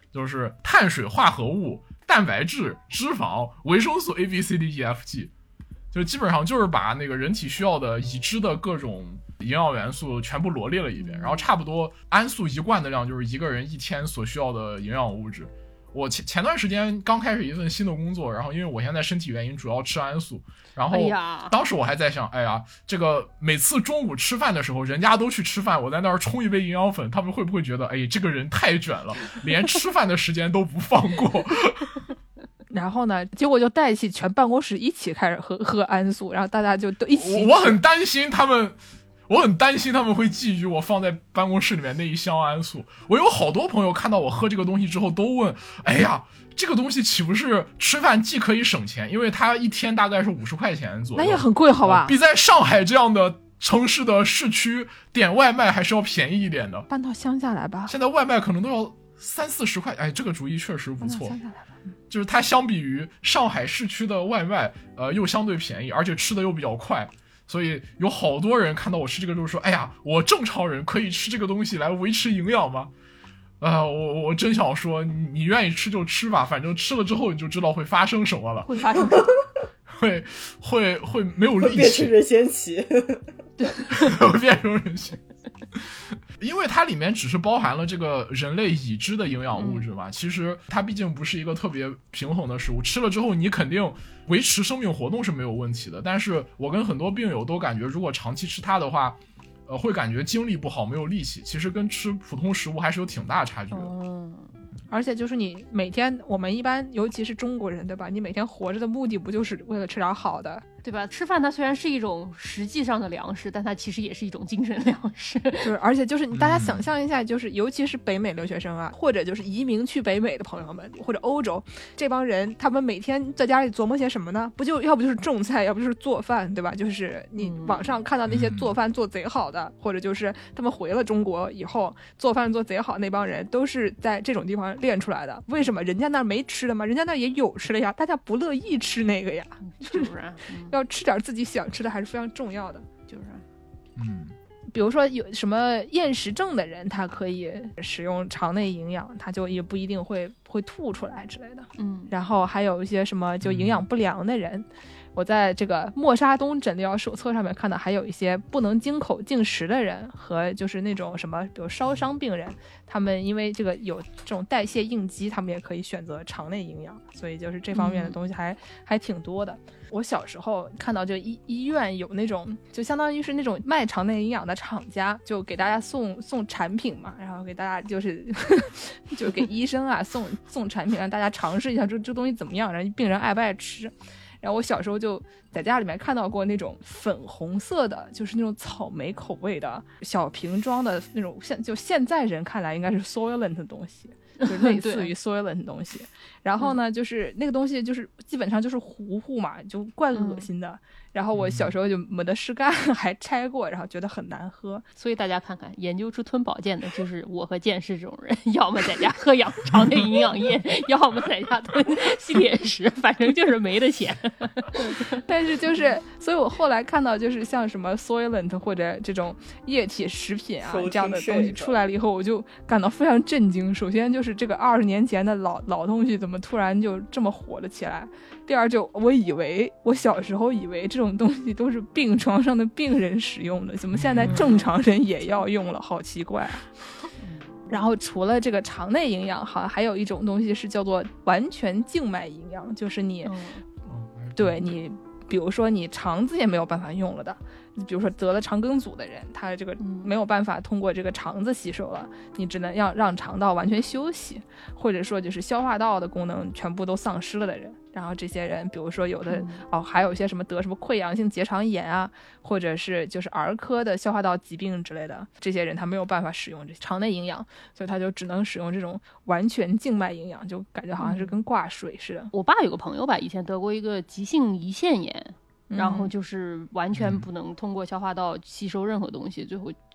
就是碳水化合物、蛋白质、脂肪、维生素 ABCDEFG， 就基本上就是把那个人体需要的已知的各种营养元素全部罗列了一遍，然后差不多桉素一罐的量就是一个人一天所需要的营养物质。我前段时间刚开始一份新的工作，然后因为我现在身体原因主要吃桉素，然后当时我还在想，哎呀，这个每次中午吃饭的时候人家都去吃饭，我在那儿冲一杯营养粉，他们会不会觉得，哎，这个人太卷了，连吃饭的时间都不放过。 然后呢，结果就带起全办公室一起开始喝桉素，然后大家就都一起。 我很担心他们会觊觎我放在办公室里面那一箱桉素。我有好多朋友看到我喝这个东西之后都问，哎呀，这个东西岂不是吃饭既可以省钱，因为它一天大概是50块钱左右， 那也很贵好吧， 比在上海这样的城市的市区点外卖还是要便宜一点的。 搬到乡下来吧， 现在外卖可能都要30-40块，哎，这个主意确实不错。就是它相比于上海市区的外卖，又相对便宜，而且吃的又比较快。所以有好多人看到我吃这个之后说，哎呀，我正常人可以吃这个东西来维持营养吗？我真想说，你愿意吃就吃吧，反正吃了之后你就知道会发生什么了。 会发生什么？ 会没有力气， 变成任贤齐。 对，会变成任贤齐。因为它里面只是包含了这个人类已知的营养物质嘛，其实它毕竟不是一个特别平衡的食物，吃了之后你肯定维持生命活动是没有问题的，但是我跟很多病友都感觉，如果长期吃它的话，会感觉精力不好，没有力气，其实跟吃普通食物还是有挺大差距的。 而且就是你每天，我们一般尤其是中国人，对吧？你每天活着的目的不就是为了吃点好的， 对吧？吃饭它虽然是一种实际上的粮食，但它其实也是一种精神粮食。 就是而且就是大家想象一下，就是尤其是北美留学生啊，或者就是移民去北美的朋友们，或者欧洲这帮人，他们每天在家里琢磨些什么呢？要不就是种菜，要不就是做饭，对吧？就是你网上看到那些做饭做贼好的，或者就是他们回了中国以后做饭做贼好那帮人，都是在这种地方练出来的。为什么人家那儿没吃的吗？人家那儿也有吃的呀，大家不乐意吃那个呀， 是不是？ 要吃点自己想吃的还是非常重要的。 就是比如说有什么厌食症的人，他可以使用肠内营养，他就也不一定会吐出来之类的。然后还有一些什么就营养不良的人，我在这个默沙东诊疗手册上面看到，还有一些不能经口进食的人和就是那种什么比如烧伤病人，他们因为这个有这种代谢应激，他们也可以选择肠内营养，所以就是这方面的东西还挺多的。我小时候看到就医院有那种就相当于是那种卖肠内营养的厂家，就给大家送产品嘛，然后给大家就是就给医生啊送产品，让大家尝试一下这东西怎么样，然后病人爱不爱吃。然后我小时候就在家里面看到过那种粉红色的，就是那种草莓口味的小瓶装的那种，就现在人看来应该是 Soylent 的东西，就类似于 Soylent 的东西。然后呢，就是那个东西就是基本上就是糊糊嘛，就怪恶心的。然后我小时候就没得吃干，还拆过，然后觉得很难喝。 所以大家看看，研究出吞保健的就是我和剑士这种人，要么在家喝肠内营养液，要么在家吞吸铁石，反正就是没得选。 但是就是，所以我后来看到就是像什么 Soylent 或者这种液体食品啊这样的东西出来了以后，我就感到非常震惊。首先就是这个20年前的老东西怎么突然就这么火了起来？第二就我小时候以为这种东西都是病床上的病人使用的，怎么现在正常人也要用了，好奇怪啊。然后除了这个肠内营养，还有一种东西是叫做完全静脉营养，就是你对你比如说你肠子也没有办法用了的，比如说得了肠梗阻的人，他这个没有办法通过这个肠子吸收了，你只能让肠道完全休息，或者说就是消化道的功能全部都丧失了的人。然后这些人比如说有的还有一些什么得什么溃疡性结肠炎啊，或者是就是儿科的消化道疾病之类的，这些人他没有办法使用这肠内营养，所以他就只能使用这种完全静脉营养，就感觉好像是跟挂水似的。 我爸有个朋友吧，以前得过一个急性胰腺炎，然后就是完全不能通过消化道吸收任何东西，最后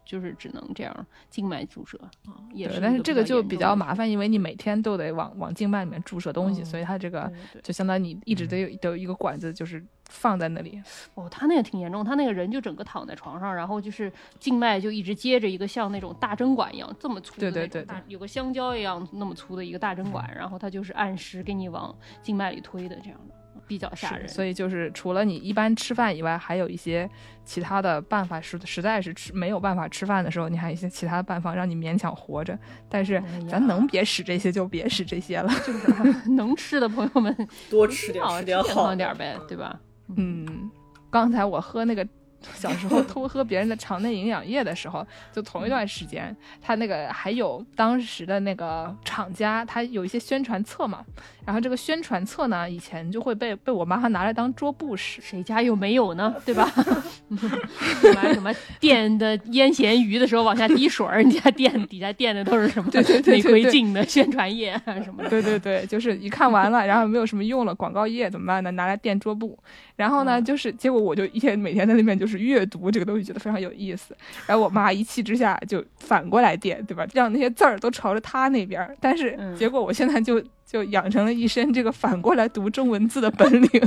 就是只能这样静脉注射啊，也是。 但是这个就比较麻烦， 烦，因为你每天都得往静脉里面注射东西，所以它这个就相当于你一直得有一个管子，就是放在那里。 哦，他那个挺严重，他那个人就整个躺在床上，然后就是静脉就一直接着一个像那种大针管一样这么粗的，对，有个香蕉一样那么粗的一个大针管，然后他就是按时给你往静脉里推的，这样的比较吓人。 所以就是除了你一般吃饭以外，还有一些其他的办法，实在是没有办法吃饭的时候，你还有一些其他的办法让你勉强活着。但是咱能别使这些就别使这些了， 就是能吃的朋友们多吃点，吃点好点呗，对吧？ 刚才我喝那个小时候偷喝别人的肠内营养液的时候，就同一段时间，他那个还有当时的那个厂家，他有一些宣传册嘛，然后这个宣传册呢，以前就会被我妈拿来当桌布使， 谁家又没有呢，对吧？买什么垫的腌咸鱼的时候往下滴水，你家垫底下垫的都是什么玫瑰净的宣传液什么的。 对，就是一看完了，然后没有什么用了，广告页怎么办呢？拿来垫桌布。然后呢，就是结果我就每天在那边就是阅读这个东西，觉得非常有意思。然后我妈一气之下就反过来垫，对吧？让那些字儿都朝着她那边。但是结果我现在就养成了一身这个反过来读中文字的本领。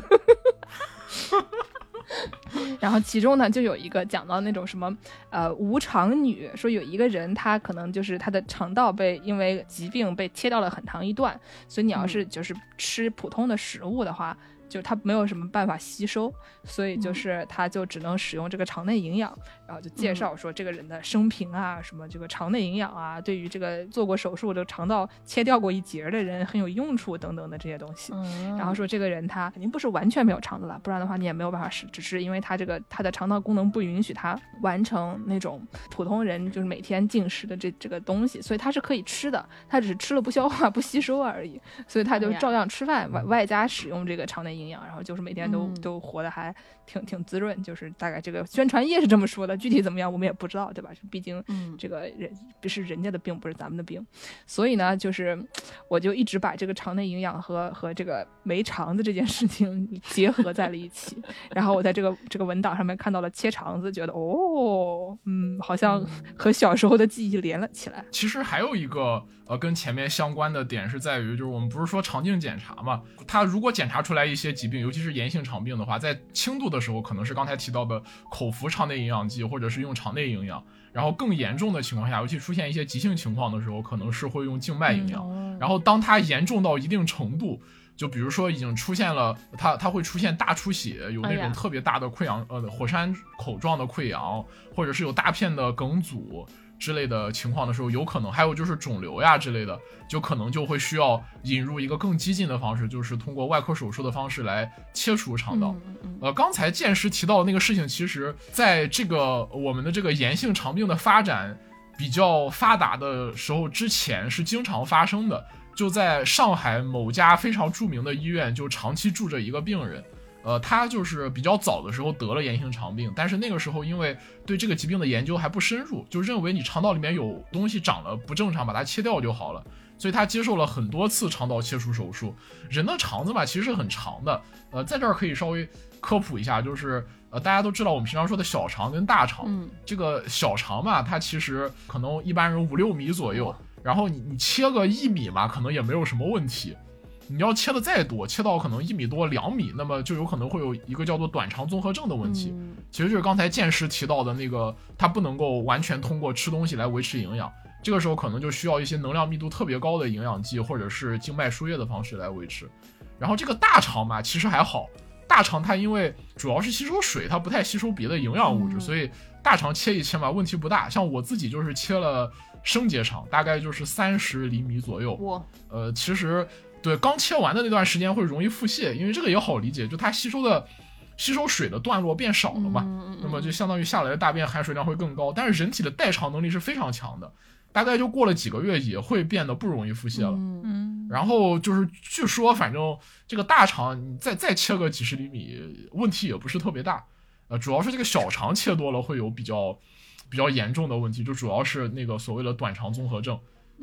然后其中呢就有一个讲到那种什么无肠女，说有一个人他可能就是他的肠道因为疾病被切掉了很长一段，所以你要是就是吃普通的食物的话，就它没有什么办法吸收，所以就是它就只能使用这个肠内营养，然后就介绍说这个人的生平啊，什么这个肠内营养啊，对于这个做过手术这个肠道切掉过一截的人很有用处等等的这些东西。然后说这个人他肯定不是完全没有肠子了，不然的话你也没有办法使，只是因为他的肠道功能不允许他完成那种普通人就是每天进食的这个东西，所以他是可以吃的，他只是吃了不消化不吸收而已，所以他就照样吃饭，外加使用这个肠内营养，然后就是每天都活得还挺滋润，就是大概这个宣传页是这么说的，具体怎么样我们也不知道，对吧？毕竟这个是人家的病，不是咱们的病，所以呢，就是我就一直把这个肠内营养和这个没肠子这件事情结合在了一起。然后我在这个文档上面看到了切肠子，觉得好像和小时候的记忆连了起来。 其实还有一个跟前面相关的点是在于，就是我们不是说肠镜检查嘛，它如果检查出来一些疾病，尤其是炎性肠病的话，在轻度的时候可能是刚才提到的口服肠内营养剂，或者是用肠内营养，然后更严重的情况下，尤其出现一些急性情况的时候，可能是会用静脉营养。然后当它严重到一定程度，就比如说已经出现了它会出现大出血，有那种特别大的溃疡，火山口状的溃疡，或者是有大片的梗阻之类的情况的时候，有可能还有就是肿瘤呀之类的，就可能就会需要引入一个更激进的方式，就是通过外科手术的方式来切除肠道。刚才剑师提到的那个事情，其实在这个我们的这个炎性肠病的发展比较发达的时候之前是经常发生的。就在上海某家非常著名的医院，就长期住着一个病人，他就是比较早的时候得了炎性肠病，但是那个时候因为对这个疾病的研究还不深入，就认为你肠道里面有东西长了不正常，把它切掉就好了，所以他接受了很多次肠道切除手术。人的肠子嘛，其实是很长的，在这儿可以稍微科普一下，就是大家都知道我们平常说的小肠跟大肠，这个小肠嘛，它其实可能一般人5-6米左右。然后你切个1米嘛，可能也没有什么问题。你要切的再多，切到可能1米多、2米，那么就有可能会有一个叫做短肠综合症的问题。其实就是刚才剑师提到的那个，它不能够完全通过吃东西来维持营养，这个时候可能就需要一些能量密度特别高的营养剂，或者是静脉输液的方式来维持。然后这个大肠嘛，其实还好，大肠它因为主要是吸收水，它不太吸收别的营养物质，所以大肠切一切嘛，问题不大。像我自己就是切了升结肠，大概就是30厘米左右。其实对刚切完的那段时间会容易腹泻，因为这个也好理解，就它吸收水的段落变少了嘛，那么就相当于下来的大便含水量会更高。但是人体的代偿能力是非常强的，大概就过了几个月也会变得不容易腹泻了。然后就是据说反正这个大肠你再切个几十厘米问题也不是特别大，主要是这个小肠切多了会有比较严重的问题，就主要是那个所谓的短肠综合症。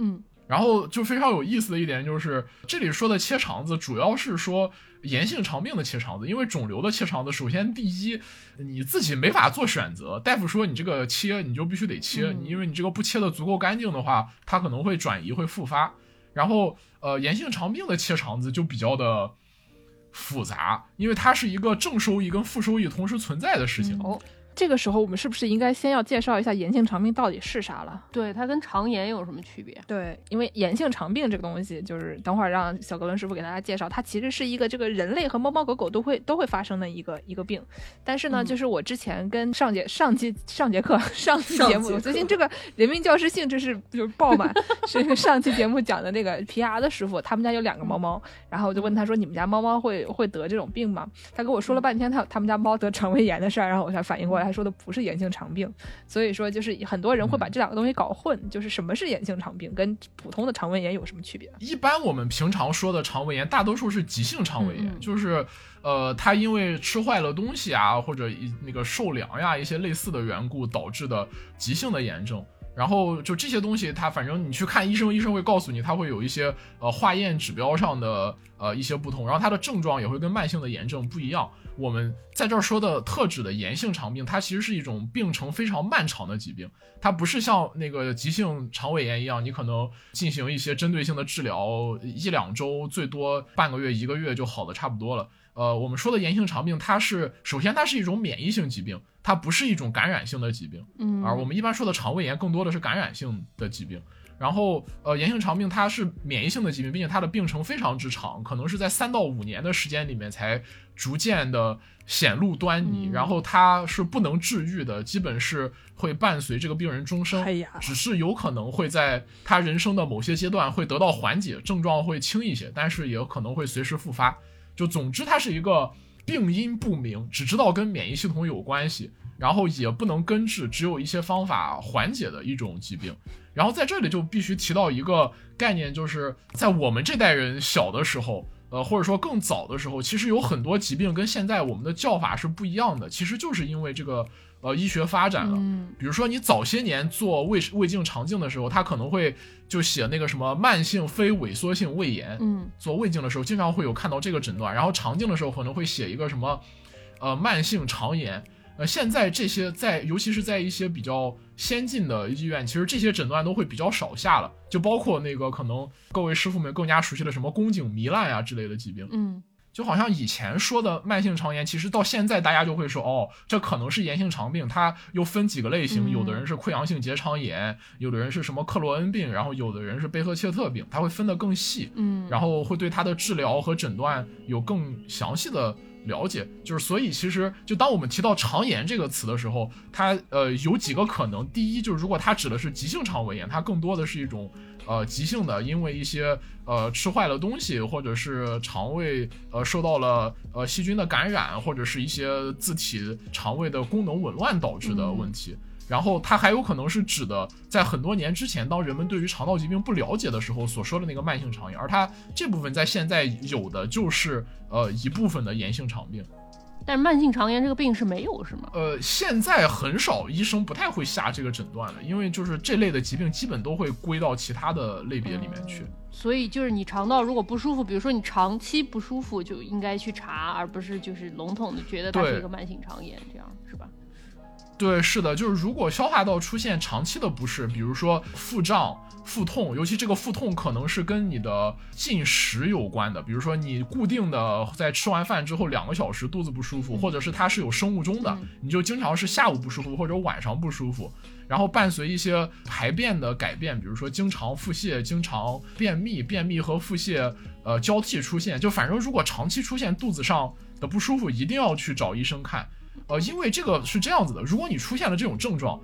然后就非常有意思的一点就是，这里说的切肠子主要是说炎性肠病的切肠子，因为肿瘤的切肠子，首先第一，你自己没法做选择，大夫说你这个切你就必须得切，因为你这个不切的足够干净的话，它可能会转移会复发。然后炎性肠病的切肠子就比较的复杂，因为它是一个正收益跟负收益同时存在的事情。 这个时候我们是不是应该先要介绍一下炎性肠病到底是啥了？ 对，它跟肠炎有什么区别？ 对，因为炎性肠病这个东西，就是等会儿让小格伦师傅给大家介绍，它其实是一个这个人类和猫猫狗狗都会发生的一个病。但是呢，就是我之前跟上期节目，我最近这个人民教师性质是就是爆满，是上期节目讲的那个皮牙的师傅，他们家有2个猫猫，然后我就问他说：“你们家猫猫会得这种病吗？”他跟我说了半天他们家猫得肠胃炎的事儿，然后我才反应过来。他说的不是炎性肠病，所以说就是很多人会把这2个东西搞混，就是什么是炎性肠病跟普通的肠胃炎有什么区别？ 一般我们平常说的肠胃炎大多数是急性肠胃炎，就是它因为吃坏了东西啊，或者那个受凉呀，一些类似的缘故导致的急性的炎症。然后就这些东西，它反正你去看医生，医生会告诉你，它会有一些化验指标上的一些不同，然后它的症状也会跟慢性的炎症不一样。我们在这儿说的特指的炎性肠病，它其实是一种病程非常漫长的疾病，它不是像那个急性肠胃炎一样，你可能进行一些针对性的治疗，1-2周，最多半个月1个月就好的差不多了。我们说的炎性肠病，首先它是一种免疫性疾病，它不是一种感染性的疾病，而我们一般说的肠胃炎更多的是感染性的疾病。然后炎性肠病它是免疫性的疾病，并且它的病程非常之长，可能是在3到5年的时间里面才逐渐的显露端倪，然后它是不能治愈的，基本是会伴随这个病人终生，只是有可能会在他人生的某些阶段会得到缓解，症状会轻一些，但是也可能会随时复发。就总之它是一个病因不明，只知道跟免疫系统有关系，然后也不能根治，只有一些方法缓解的一种疾病。然后在这里就必须提到一个概念，就是在我们这代人小的时候，或者说更早的时候，其实有很多疾病跟现在我们的叫法是不一样的，其实就是因为这个医学发展了。比如说你早些年做胃镜肠镜的时候，他可能会就写那个什么慢性非萎缩性胃炎，做胃镜的时候经常会有看到这个诊断，然后肠镜的时候可能会写一个什么慢性肠炎。现在这些尤其是在一些比较先进的医院，其实这些诊断都会比较少下了，就包括那个可能各位师傅们更加熟悉的什么宫颈糜烂啊之类的疾病。就好像以前说的慢性肠炎，其实到现在大家就会说，这可能是炎性肠病，它又分几个类型，有的人是溃疡性结肠炎，有的人是什么克罗恩病，然后有的人是贝赫切特病，它会分得更细，然后会对它的治疗和诊断有更详细的了解。就是所以其实就当我们提到肠炎这个词的时候，它有几个可能。第一，就是如果它指的是急性肠胃炎，它更多的是一种急性的，因为一些吃坏了东西，或者是肠胃受到了细菌的感染，或者是一些自体肠胃的功能紊乱导致的问题。然后它还有可能是指的在很多年之前，当人们对于肠道疾病不了解的时候所说的那个慢性肠炎，而它这部分在现在有的就是一部分的炎性肠病。 但是慢性肠炎这个病是没有是吗？ 现在很少医生不太会下这个诊断了，因为就是这类的疾病基本都会归到其他的类别里面去。 所以就是你肠道如果不舒服，比如说你长期不舒服，就应该去查，而不是就是笼统的觉得它是一个慢性肠炎，这样是吧？ 对，是的，就是如果消化道出现长期的不适，比如说腹胀、腹痛，尤其这个腹痛可能是跟你的进食有关的，比如说你固定的在吃完饭之后2个小时肚子不舒服，或者是它是有生物钟的，你就经常是下午不舒服或者晚上不舒服，然后伴随一些排便的改变，比如说经常腹泻、经常便秘和腹泻交替出现，就反正如果长期出现肚子上的不舒服，一定要去找医生看。因为这个是这样子的，如果你出现了这种症状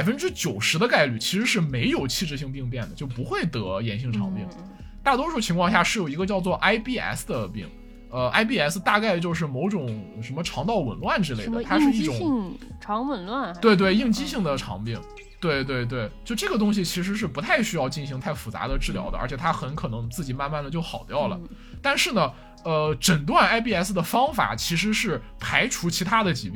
，90%的概率其实是没有器质性病变的，就不会得炎性肠病。大多数情况下是有一个叫做 IBS 的病，IBS 大概就是某种什么肠道紊乱之类的，它是一种应激性肠紊乱。 对，应激性的肠病。对，就这个东西其实是不太需要进行太复杂的治疗的，而且它很可能自己慢慢的就好掉了。但是呢，诊断 IBS 的方法其实是排除其他的疾病，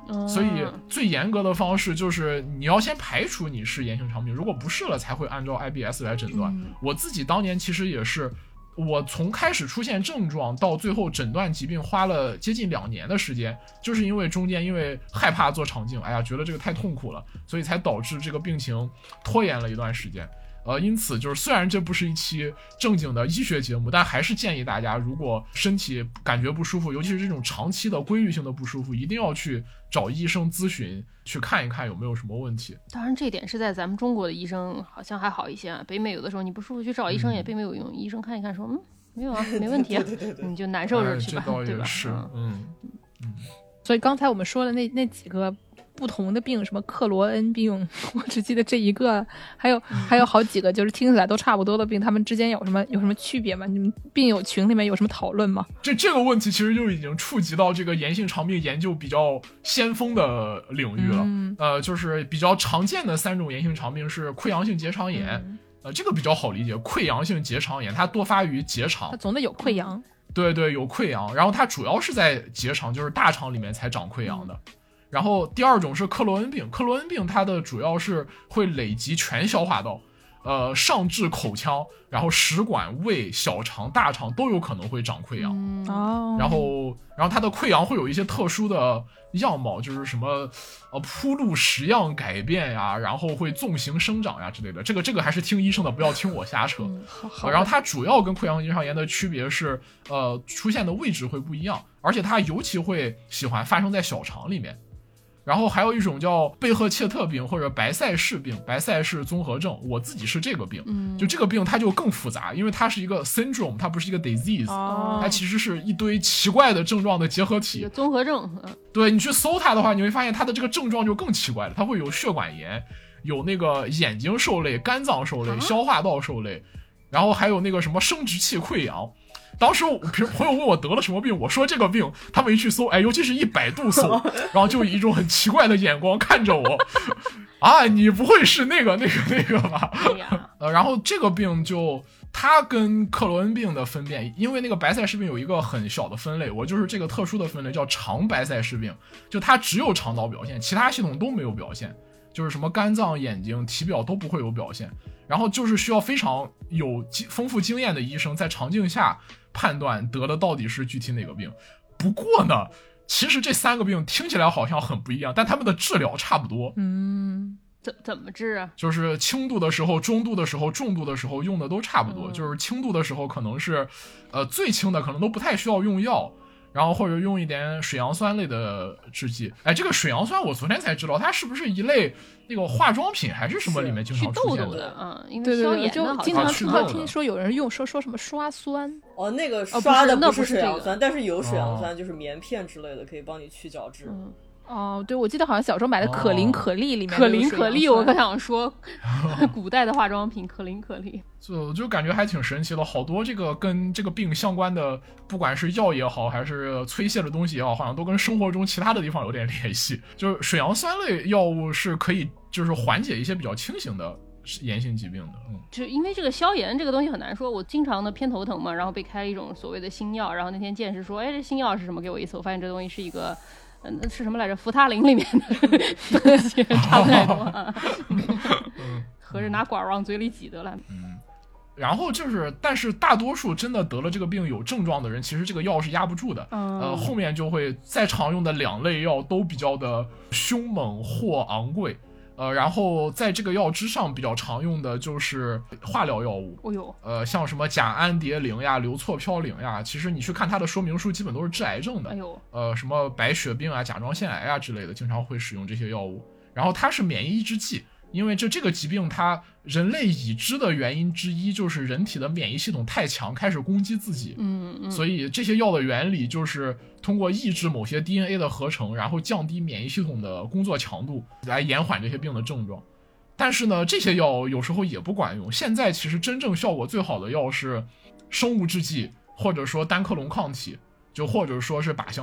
所以最严格的方式就是你要先排除你是炎性肠病，如果不是了才会按照 IBS 来诊断。我自己当年其实也是，我从开始出现症状到最后诊断疾病花了接近2年的时间，就是因为中间因为害怕做肠镜，哎呀觉得这个太痛苦了，所以才导致这个病情拖延了一段时间。因此就是虽然这不是一期正经的医学节目，但还是建议大家，如果身体感觉不舒服，尤其是这种长期的规律性的不舒服，一定要去找医生咨询，去看一看有没有什么问题。 当然这一点是在咱们中国的医生好像还好一些啊，北美有的时候你不舒服去找医生也并没有用，医生看一看说没有啊，没问题啊， 对你就难受着去吧， 这倒对吧？ 也是， 所以刚才我们说的那几个不同的病，什么克罗恩病，我只记得这一个，还有好几个，就是听起来都差不多的病，他们之间有什么区别吗？你们病友群里面有什么讨论吗？ 这个问题其实就已经触及到这个炎性肠病研究比较先锋的领域了。就是比较常见的3种炎性肠病是溃疡性结肠炎，这个比较好理解，溃疡性结肠炎它多发于结肠， 它总得有溃疡。 对，有溃疡，然后它主要是在结肠，就是大肠里面才长溃疡的。然后第2种是克罗恩病，克罗恩病它的主要是会累及全消化道，上至口腔，然后食管、胃、小肠、大肠都有可能会长溃疡。然后它的溃疡会有一些特殊的样貌，就是什么铺路石样改变呀，然后会纵形生长呀之类的。这个还是听医生的，不要听我瞎扯。然后它主要跟溃疡性结肠炎的区别是，出现的位置会不一样，而且它尤其会喜欢发生在小肠里面。然后还有一种叫贝赫切特病或者白塞氏病，白塞氏综合症，我自己是这个病。就这个病它就更复杂，因为它是一个 syndrome， 它不是一个 disease，它其实是一堆奇怪的症状的结合体， 综合症。 对，你去搜它的话，你会发现它的这个症状就更奇怪了，它会有血管炎，有那个眼睛受累、肝脏受累、消化道受累，然后还有那个什么生殖器溃疡。当时朋友问我得了什么病，我说这个病，他们一去搜，尤其是100度搜，然后就以一种很奇怪的眼光看着我，你不会是那个吧？然后这个病就它跟克罗恩病的分辨，因为那个白塞氏病有一个很小的分类，我就是这个特殊的分类叫肠白塞氏病，就它只有肠道表现，其他系统都没有表现，就是什么肝脏、眼睛、体表都不会有表现，然后就是需要非常有丰富经验的医生在肠镜下判断得的到底是具体哪个病。不过呢，其实这3个病听起来好像很不一样，但他们的治疗差不多。 怎么治啊？ 就是轻度的时候、中度的时候、重度的时候用的都差不多。就是轻度的时候可能是最轻的可能都不太需要用药，然后或者用一点水杨酸类的制剂。这个水杨酸我昨天才知道，它是不是一类那个化妆品还是什么里面经常出现的？因为消炎就经常听说有人用说什么刷酸。 那个刷的不是水杨酸，但是有水杨酸，就是棉片之类的，可以帮你去角质。 对，我记得好像小时候买的可伶可俐里面可伶可俐，我可想说古代的化妆品可伶可俐， 就感觉还挺神奇的，好多这个跟这个病相关的，不管是药也好，还是催泻的东西也好，好像都跟生活中其他的地方有点联系。就是水杨酸类药物是可以就是缓解一些比较轻型的炎性疾病的。 就因为这个消炎这个东西很难说，我经常的偏头疼嘛，然后被开一种所谓的新药，然后那天见识说，这新药是什么？给我一搜，发现这东西是一个。是什么来着？扶他林里面的东西，差不太多。合着拿管往嘴里挤得了。 然后就是，但是大多数真的得了这个病有症状的人，其实这个药是压不住的。后面就会再常用的2类药都比较的凶猛或昂贵。然后在这个药之上比较常用的就是化疗药物。像什么甲氨蝶呤呀、硫唑嘌呤呀，其实你去看它的说明书，基本都是治癌症的。什么白血病啊、甲状腺癌啊之类的，经常会使用这些药物。然后它是免疫抑制剂，因为这个疾病它人类已知的原因之一就是人体的免疫系统太强，开始攻击自己。所以这些药的原理就是通过抑制某些 DNA 的合成，然后降低免疫系统的工作强度，来延缓这些病的症状。但是呢，这些药有时候也不管用。现在其实真正效果最好的药是生物制剂，或者说单克隆抗体，就或者说是靶向药。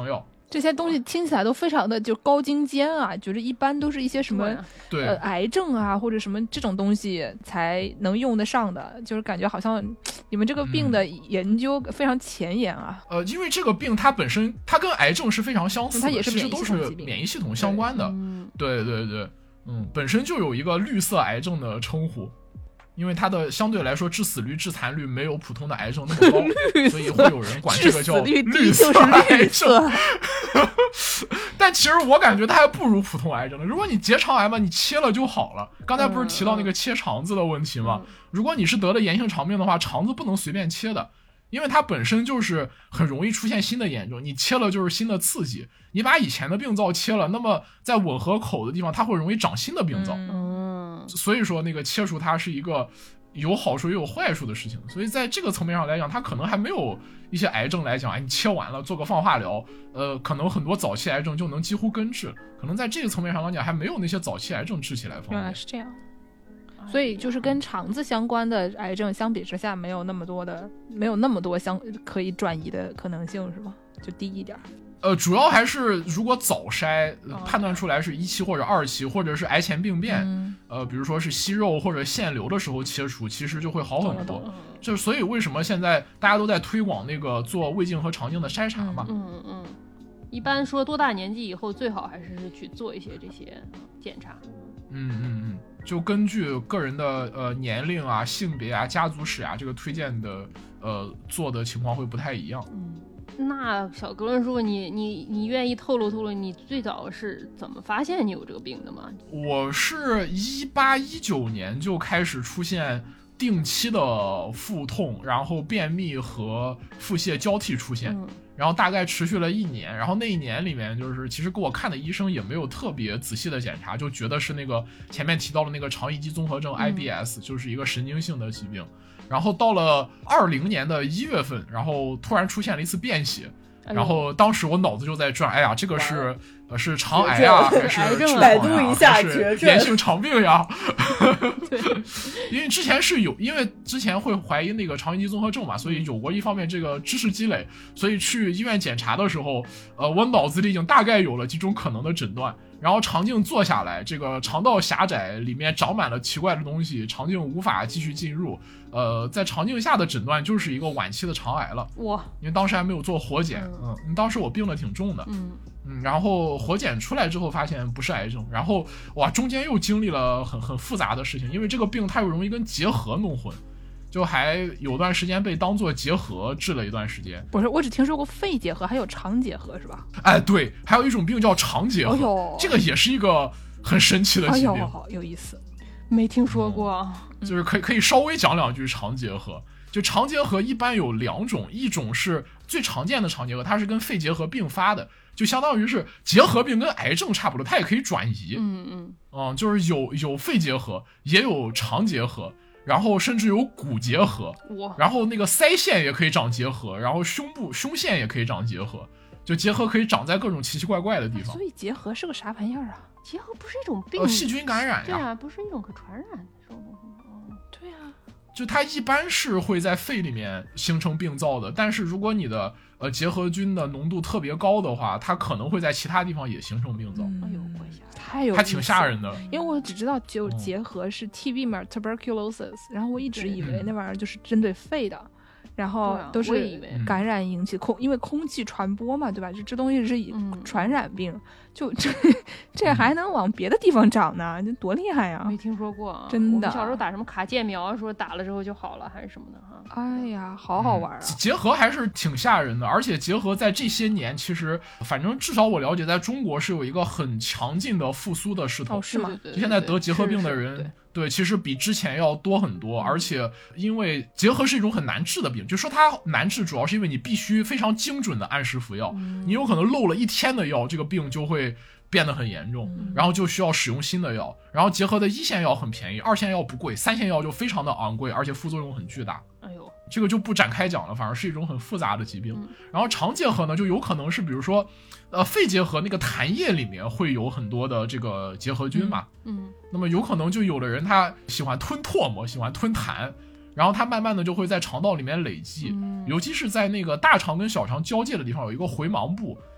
这些东西听起来都非常的就高精尖啊，就是一般都是一些什么对癌症啊或者什么这种东西才能用得上的，就是感觉好像你们这个病的研究非常前沿啊。 因为这个病它本身它跟癌症是非常相似的， 它也是其实都是免疫系统相关的。对，本身就有一个绿色癌症的称呼。因为它的相对来说致死率、致残率没有普通的癌症那么高，所以会有人管这个叫绿色癌症。但其实我感觉它还不如普通癌症的。如果你结肠癌嘛，你切了就好了。刚才不是提到那个切肠子的问题吗？如果你是得了炎性肠病的话，肠子不能随便切的，因为它本身就是很容易出现新的炎症，你切了就是新的刺激。你把以前的病灶切了，那么在吻合口的地方，它会容易长新的病灶。所以说那个切除它是一个有好处也有坏处的事情，所以在这个层面上来讲，它可能还没有一些癌症来讲，你切完了做个放化疗，可能很多早期癌症就能几乎根治，可能在这个层面上来讲还没有那些早期癌症治起来方便。 原来是这样，所以就是跟肠子相关的癌症相比之下，没有那么多可以转移的可能性，是吗？就低一点。 主要还是如果早筛判断出来是1期或者2期，或者是癌前病变，比如说是息肉或者腺瘤的时候切除，其实就会好很多。就是所以为什么现在大家都在推广那个做胃镜和肠镜的筛查嘛。 一般说多大年纪以后最好还是去做一些这些检查。 就根据个人的年龄啊、性别啊、家族史啊，这个推荐的做的情况会不太一样。 那小格伦叔，你愿意透露你最早是怎么发现你有这个病的吗？ 我是18、19年就开始出现定期的腹痛，然后便秘和腹泻交替出现，然后大概持续了1年，然后那1年里面就是其实给我看的医生也没有特别仔细的检查，就觉得是那个前面提到的那个肠易激综合症 IBS，就是一个神经性的疾病。然后到了20年的1月份，然后突然出现了一次便血，然后当时我脑子就在转，哎呀，这个是肠癌啊，还是百度一下绝症，炎性肠病呀？因为之前因为之前会怀疑那个肠易激综合症嘛，所以有过一方面这个知识积累，所以去医院检查的时候，我脑子里已经大概有了几种可能的诊断。然后肠镜做下来，这个肠道狭窄，里面长满了奇怪的东西，肠镜无法继续进入。在肠镜下的诊断就是一个晚期的肠癌了。哇！因为当时还没有做活检，当时我病得挺重的，然后活检出来之后发现不是癌症，然后哇，中间又经历了很复杂的事情，因为这个病它又容易跟结核弄混。就还有段时间被当作结核治了一段时间。 不是，我只听说过肺结核，还有肠结核是吧？ 哎，对，还有一种病叫肠结核，这个也是一个很神奇的疾病。 好有意思， 没听说过。 就是可以稍微讲两句肠结核。就肠结核一般有2种，一种是最常见的肠结核，它是跟肺结核并发的，就相当于是结核病跟癌症差不多，它也可以转移。就是有肺结核，也有肠结核。然后甚至有骨结核，然后那个腮腺也可以长结核，然后胸腺也可以长结核，就结核可以长在各种奇奇怪怪的地方。 所以结核是个啥玩意儿啊？ 结核不是一种病， 细菌感染呀。 对啊，不是一种可传染的这种东西。 对啊， 就它一般是会在肺里面形成病灶的，但是如果你的结核菌的浓度特别高的话，它可能会在其他地方也形成病灶。 哎呦， 还挺吓人的。 因为我只知道就结核是 TB 嘛，tuberculosis，然后我一直以为那玩意儿就是针对肺的，然后都是感染引起因为空气传播嘛，对吧？就这东西是传染病，就这还能往别的地方长呢，这多厉害呀！ 没听说过， 真的。 我们小时候打什么卡介苗，说打了之后就好了，还是什么的哈。 哎呀，好好玩啊！ 结核还是挺吓人的，而且结核在这些年，其实反正至少我了解，在中国是有一个很强劲的复苏的势头。 是吗？ 就现在得结核病的人，对，其实比之前要多很多，而且因为结核是一种很难治的病，就说它难治，主要是因为你必须非常精准的按时服药，你有可能漏了1天的药，这个病就会变得很严重，然后就需要使用新的药。然后结核的1线药很便宜，2线药不贵，3线药就非常的昂贵，而且副作用很巨大。 哎呦， 这个就不展开讲了，反而是一种很复杂的疾病。然后肠结核呢，就有可能是比如说肺结核那个痰液里面会有很多的这个结核菌嘛，那么有可能就有的人他喜欢吞唾沫，喜欢吞痰，然后它慢慢的就会在肠道里面累积，尤其是在那个大肠跟小肠交界的地方有一个回盲部，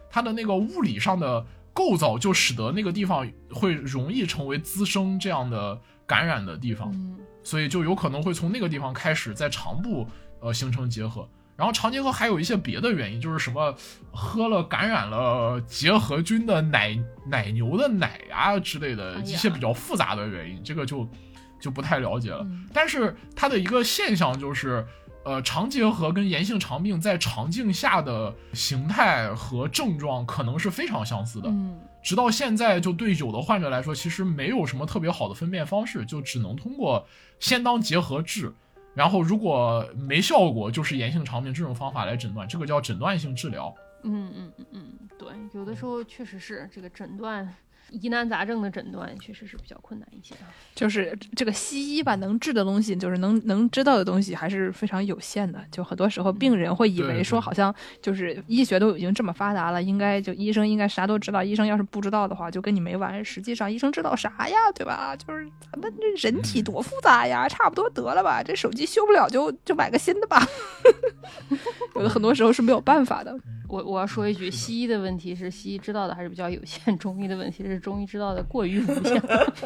它的那个物理上的构造就使得那个地方会容易成为滋生这样的感染的地方，所以就有可能会从那个地方开始在肠部形成结核。然后肠结核还有一些别的原因，就是什么喝了感染了结核菌的奶牛的奶啊之类的一些比较复杂的原因，这个就不太了解了。但是它的一个现象就是，肠结核跟炎性肠病在肠镜下的形态和症状可能是非常相似的。直到现在，就对有的患者来说，其实没有什么特别好的分辨方式，就只能通过先当结核治。然后如果没效果，就是炎性肠病这种方法来诊断，这个叫诊断性治疗。 对，有的时候确实是这个诊断疑难杂症的诊断确实是比较困难一些。 就是这个西医吧，能治的东西，就是能知道的东西还是非常有限的。就很多时候病人会以为说，好像就是医学都已经这么发达了，应该就医生应该啥都知道。医生要是不知道的话，就跟你没完。实际上医生知道啥呀，对吧？就是咱们这人体多复杂呀，差不多得了吧。这手机修不了就买个新的吧。有的很多时候是没有办法的。 我要说一句，西医的问题是西医知道的还是比较有限，中医的问题是中医知道的过于无限。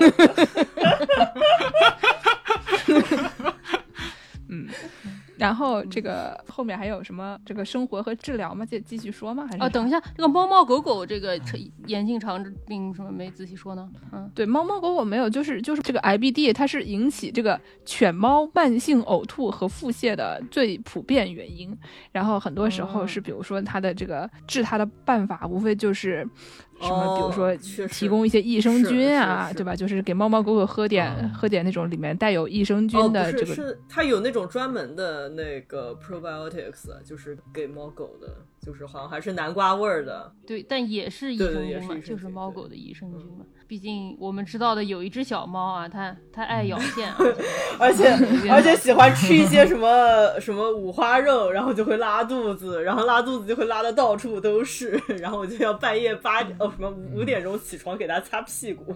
然后这个后面还有什么这个生活和治疗吗？继续说吗？还是等一下，这个猫猫狗狗这个炎性肠病什么没仔细说呢？ 对，猫猫狗狗没有，就是这个 IBD 它是引起这个犬猫慢性呕吐和腹泻的最普遍原因。然后很多时候是，比如说它的这个治它的办法，无非就是什么，比如说提供一些益生菌啊，对吧？就是给猫猫狗狗喝点那种里面带有益生菌的这个。 是它有那种专门的那个 probiotics， 就是给猫狗的，就是好像还是南瓜味儿的。 对，但也是益生菌嘛，就是猫狗的益生菌嘛。毕竟我们知道的有一只小猫啊，它爱咬线啊， 而且喜欢吃一些什么五花肉，然后就会拉肚子，然后拉肚子就会拉的到处都是，然后我就要半夜5点钟起床给它擦屁股。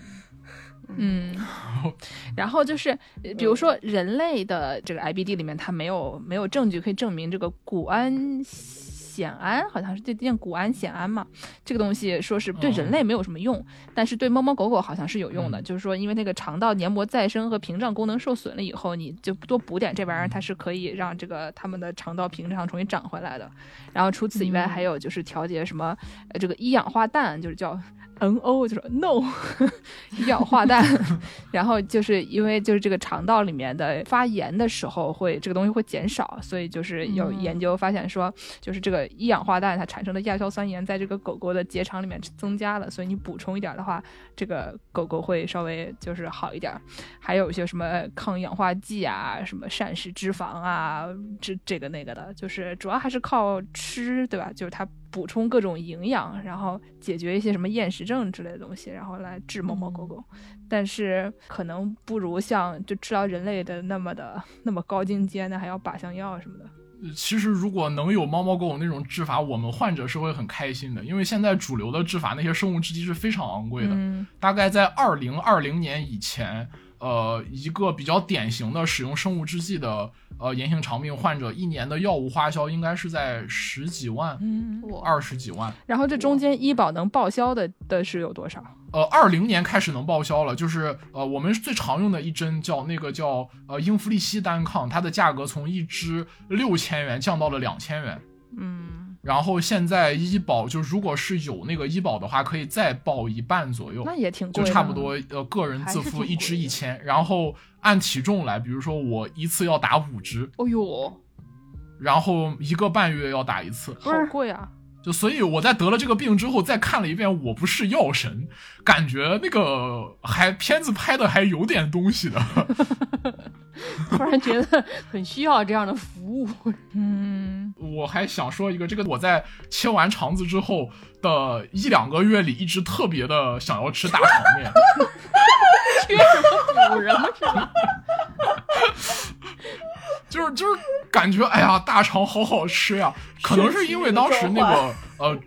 然后就是比如说人类的这个 IBD 里面，它没有证据可以证明这个谷氨酰胺，好像是这念谷氨酰胺嘛，这个东西说是对人类没有什么用，但是对猫猫狗狗好像是有用的。就是说因为那个肠道黏膜再生和屏障功能受损了以后，你就多补点这玩意儿，它是可以让这个他们的肠道屏障重新长回来的。然后除此以外还有就是调节什么这个一氧化氮，就是叫NO， 就是 No 一氧化氮。然后就是因为就是这个肠道里面的发炎的时候这个东西会减少，所以就是有研究发现说，就是这个一氧化氮它产生的亚硝酸盐在这个狗狗的结肠里面增加了，所以你补充一点的话，这个狗狗会稍微就是好一点。还有一些什么抗氧化剂啊，什么膳食脂肪啊，这个那个的，就是主要还是靠吃，对吧？就是它补充各种营养，然后解决一些什么厌食症之类的东西，然后来治猫猫狗狗。但是可能不如像就治疗人类的那么高精尖的，还要靶向药什么的。 其实如果能有猫猫狗狗那种治法，我们患者是会很开心的，因为现在主流的治法那些生物制剂是非常昂贵的。大概在2020年以前，一个比较典型的使用生物制剂的炎性肠病患者，一年的药物花销应该是在10几万，20几万。 然后这中间医保能报销的是有多少 ？20年开始能报销了，就是我们最常用的一针叫英弗利西单抗，它的价格从一支6000元降到了2000元。然后现在医保就如果是有那个医保的话，可以再报一半左右， 那也挺贵的， 就差不多个人自付一支1000，然后按体重来，比如说我一次要打5支， 哦哟， 然后1个半月要打一次， 好贵啊！ 就所以我在得了这个病之后，再看了一遍《我不是药神》，感觉那个片子拍的还有点东西的。 突然觉得很需要这样的服务。 我还想说一个，这个我在切完肠子之后的1、2个月里，一直特别的想要吃大肠面。 缺什么补什么是吧？ 就是感觉哎呀，大肠好好吃呀！可能是因为当时那个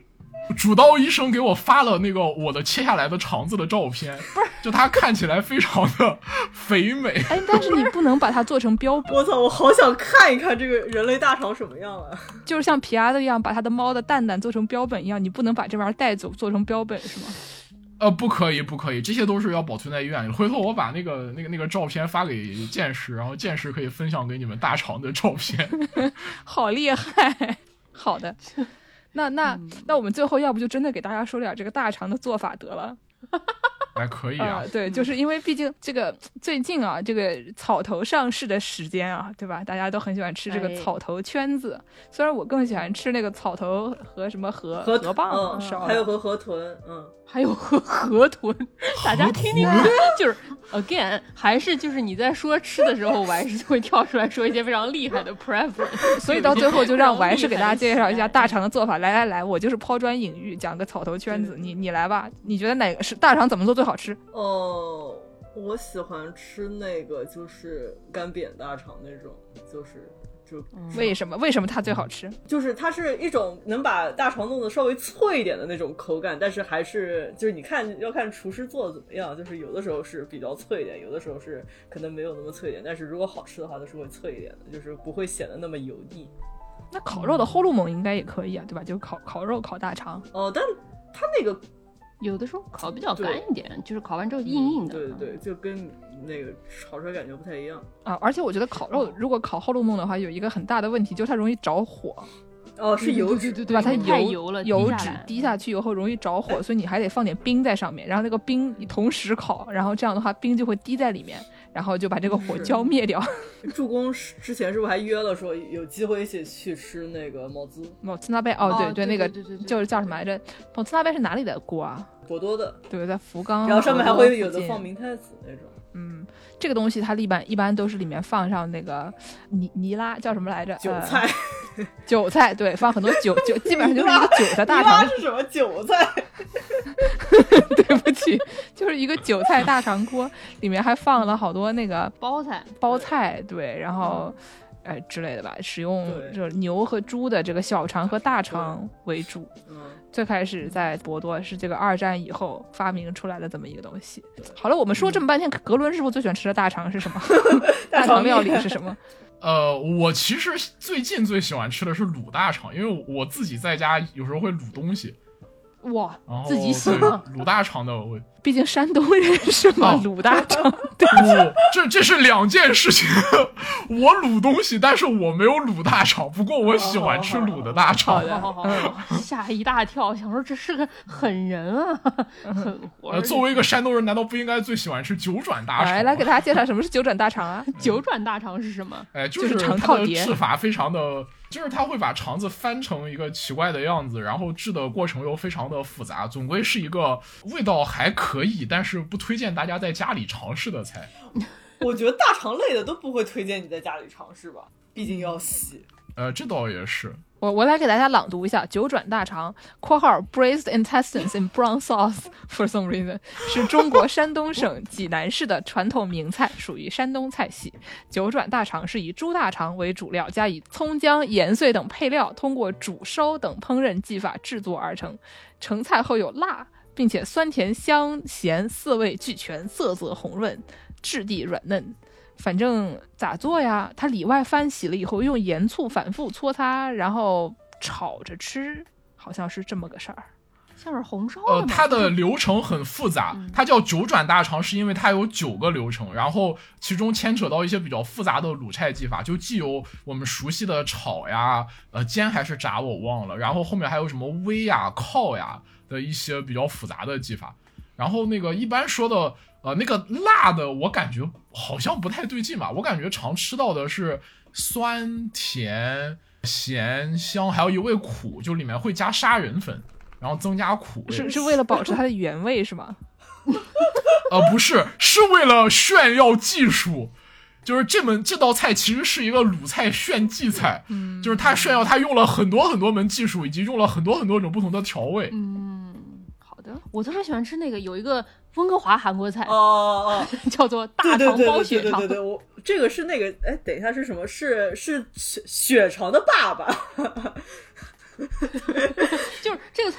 主刀医生给我发了那个我的切下来的肠子的照片，不是，就它看起来非常的肥美。 哎，但是你不能把它做成标本。 我操，我好想看一看这个人类大肠什么样啊！ 就是像皮亚的一样，把它的猫的蛋蛋做成标本一样，你不能把这玩意儿带走做成标本是吗？ 不可以，不可以，这些都是要保存在医院里。回头我把那个照片发给剑师，然后剑师可以分享给你们大肠的照片。 好厉害！好的，那我们最后要不就真的给大家说点这个大肠的做法得了。 哎，可以啊， 对，就是因为毕竟这个最近啊，这个草头上市的时间啊，对吧？大家都很喜欢吃这个草头圈子，虽然我更喜欢吃那个草头和什么河蚌烧， 还有和河豚， 还有河豚，大家听听，就是 again， 还是就是你在说吃的时候，我还是会跳出来说一些非常厉害的 preference， 所以到最后就让我还是给大家介绍一下大肠的做法。来，我就是抛砖引玉，讲个草头圈子，你来吧，你觉得哪个是大肠怎么做最好吃？ 我喜欢吃那个就是干煸大肠那种，就为什么它最好吃？ 就是它是一种能把大肠弄得稍微脆一点的那种口感，但是还是就是你要看厨师做的怎么样，就是有的时候是比较脆一点，有的时候是可能没有那么脆一点，但是如果好吃的话都是会脆一点的，就是不会显得那么油腻。 那烤肉的后路蒙应该也可以啊，对吧？就烤肉烤大肠。 但它那个有的时候烤比较干一点，就是烤完之后硬硬的。 对，就跟那个炒出来感觉不太一样啊。而且我觉得烤肉如果烤后路蒙的话，有一个很大的问题，就是它容易着火。 是油脂， 对吧？它太油了， 油脂滴下去以后容易着火，所以你还得放点冰在上面，然后那个冰你同时烤，然后这样的话冰就会滴在里面，然后就把这个火浇灭掉。 助攻之前是不是还约了说有机会一起去吃那个毛滋纳贝？对，那个就是叫什么来着？毛滋纳贝是哪里的锅啊？ 博多的， 对，在福冈。 然后上面还会有的放明太子那种。 这个东西它一般都是里面放上那个泥拉叫什么来着？韭菜，对，放很多韭，基本上就是一个韭菜大肠。 泥拉是什么韭菜？ 对不起，就是一个韭菜大肠锅，里面还放了好多那个包菜，对，然后之类的吧，使用就是牛和猪的这个小肠和大肠为主。最开始在博多是这个2战以后发明出来的这么一个东西。好了，我们说这么半天，格伦师傅最喜欢吃的大肠是什么？大肠料理是什么？ 我其实最近最喜欢吃的是卤大肠，因为我自己在家有时候会卤东西。 哇， 自己喜欢卤大肠的， 毕竟山东人是吗？卤大肠，对， 这是两件事情。我卤东西，但是我没有卤大肠，不过我喜欢吃卤的大肠。 吓一大跳，想说这是个狠人啊，狠活。 作为一个山东人，难道不应该最喜欢吃九转大肠？ 来给大家介绍什么是九转大肠啊？ 九转大肠是什么？ 就是它的制法非常的。就是他会把肠子翻成一个奇怪的样子，然后制的过程又非常的复杂，总归是一个味道还可以，但是不推荐大家在家里尝试的菜。 我觉得大肠类的都不会推荐你在家里尝试吧，毕竟要洗。 这倒也是。 我来给大家朗读一下九转大肠（括号 braised intestines in brown sauce for some reason） 是中国山东省济南市的传统名菜，属于山东菜系。九转大肠是以猪大肠为主料，加以葱姜盐碎等配料，通过煮烧等烹饪技法制作而成。成菜后有辣，并且酸甜香咸四味俱全，色泽红润，质地软嫩。反正咋做呀？它里外翻洗了以后，用盐醋反复搓擦，然后炒着吃，好像是这么个事儿。 像是红烧的吗？ 它的流程很复杂，它叫九转大肠，是因为它有9个流程，然后其中牵扯到一些比较复杂的鲁菜技法，就既有我们熟悉的炒呀、煎还是炸我忘了，然后后面还有什么煨呀、烤呀的一些比较复杂的技法。然后那个一般说的那个辣的，我感觉好像不太对劲吧，我感觉常吃到的是酸甜咸香，还有一味苦，就里面会加杀人粉，然后增加苦味。 是为了保持它的原味是吗？ 不是，是为了炫耀技术。就是这道菜其实是一个鲁菜炫技菜，就是它炫耀它用了很多很多门技术，以及用了很多很多种不同的调味。 好的，我特别喜欢吃那个有一个温哥华韩国菜叫做大肠包血肠。 对，我这个是那个等一下是什么？是血肠的爸爸。 就是这个菜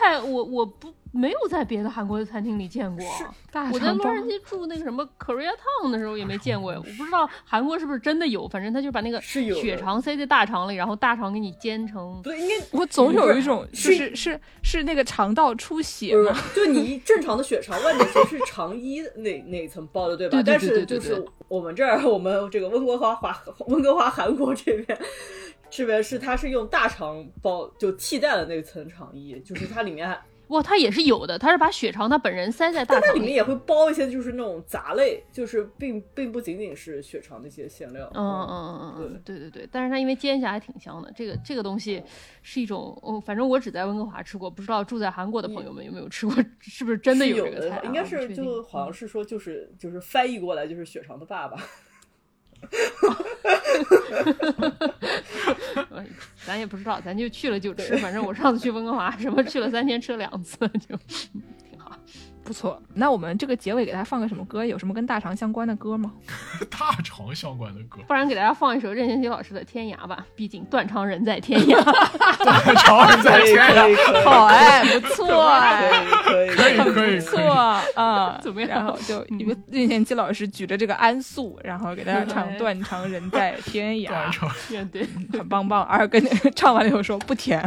没有在别的韩国的餐厅里见过。我在洛杉矶住那个什么 Koreatown 的时候也没见过，我不知道韩国是不是真的有，反正他就把那个血肠塞在大肠里，然后大肠给你煎成。 对，应该我总有一种是那个肠道出血嘛， 就你正常的血肠外面其实是肠衣那一层包的，对吧？但是就是我们这个温哥华韩国这边是它是用大肠包就替代了那层肠衣，就是它里面哇，它也是有的，它是把血肠它本人塞在大肠里， 但它里面也会包一些就是那种杂类，就是并不仅仅是血肠那些馅料。 对，但是它因为煎一下还挺香的。这个东西是一种，反正我只在温哥华吃过，不知道住在韩国的朋友们有没有吃过，是不是真的有这个菜？ 应该是就好像是说就是翻译过来就是血肠的爸爸。 咱也不知道，咱就去了就吃。反正我上次去温哥华，什么去了3天，吃了2次，就挺好。 不错。那我们这个结尾给大家放个什么歌？有什么跟大肠相关的歌吗？ 大肠相关的歌， 不然给大家放一首任贤齐老师的《天涯》吧，毕竟断肠人在天涯。 断肠人在天涯， 好哎，不错哎， 可以， 不错啊， 怎么样？ 然后就因为任贤齐老师举着这个安素，然后给大家唱《断肠人在天涯》， 对， 很棒，而跟唱完了以后说不甜。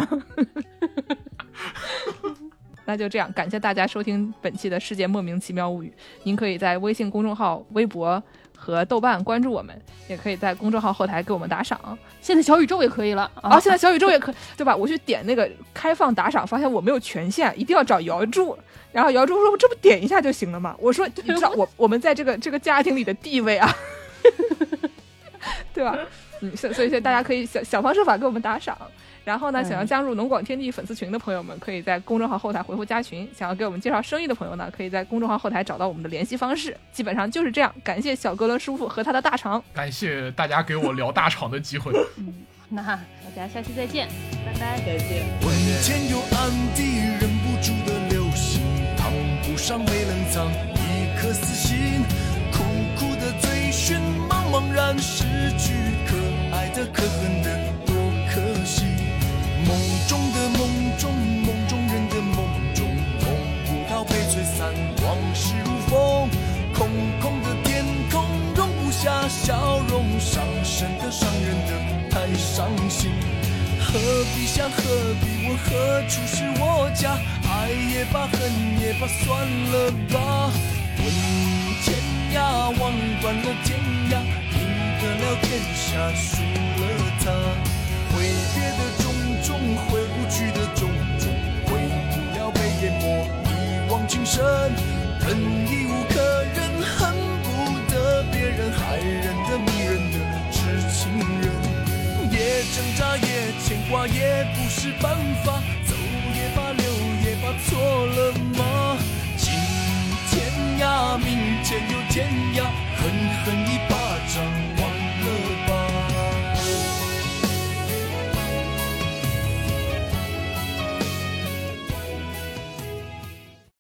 那就这样，感谢大家收听本期的世界莫名其妙物语。您可以在微信公众号、微博和豆瓣关注我们，也可以在公众号后台给我们打赏。 现在小宇宙也可以了现在小宇宙也可以，对吧？我去点那个开放打赏，发现我没有权限，一定要找姚柱。然后姚柱说：“这不点一下就行了吗？”我说：“你知道我们在这个家庭里的地位啊，对吧？”所以大家可以想方设法给我们打赏。然后呢，想要加入农广天地粉丝群的朋友们，可以在公众号后台回复加群。想要给我们介绍生意的朋友呢，可以在公众号后台找到我们的联系方式。基本上就是这样。感谢小哥伦叔父和他的大肠， 感谢大家给我聊大肠的机会。 那大家下期再见，拜拜， 再见。 问天有暗地，忍不住的流星，烫不上没冷藏一颗死心，苦苦的追寻，茫茫然失去，可爱的可恨的多可惜。梦中的梦中，梦中人的梦中，梦不到被吹散，往事如风，空空的天空容不下笑容，伤神的伤人的太伤心。何必想何必问何处是我家，爱也罢恨也罢算了吧。问天涯望断了天涯，赢得了天下输了他。挥别的种种，挥不去的种种，挥不了被淹没一往情深。忍亦无可忍，恨不得别人，害人的迷人的是情人。也挣扎也牵挂也不是办法，走也罢留也罢，错了吗？今天涯明天又天涯，狠狠一巴掌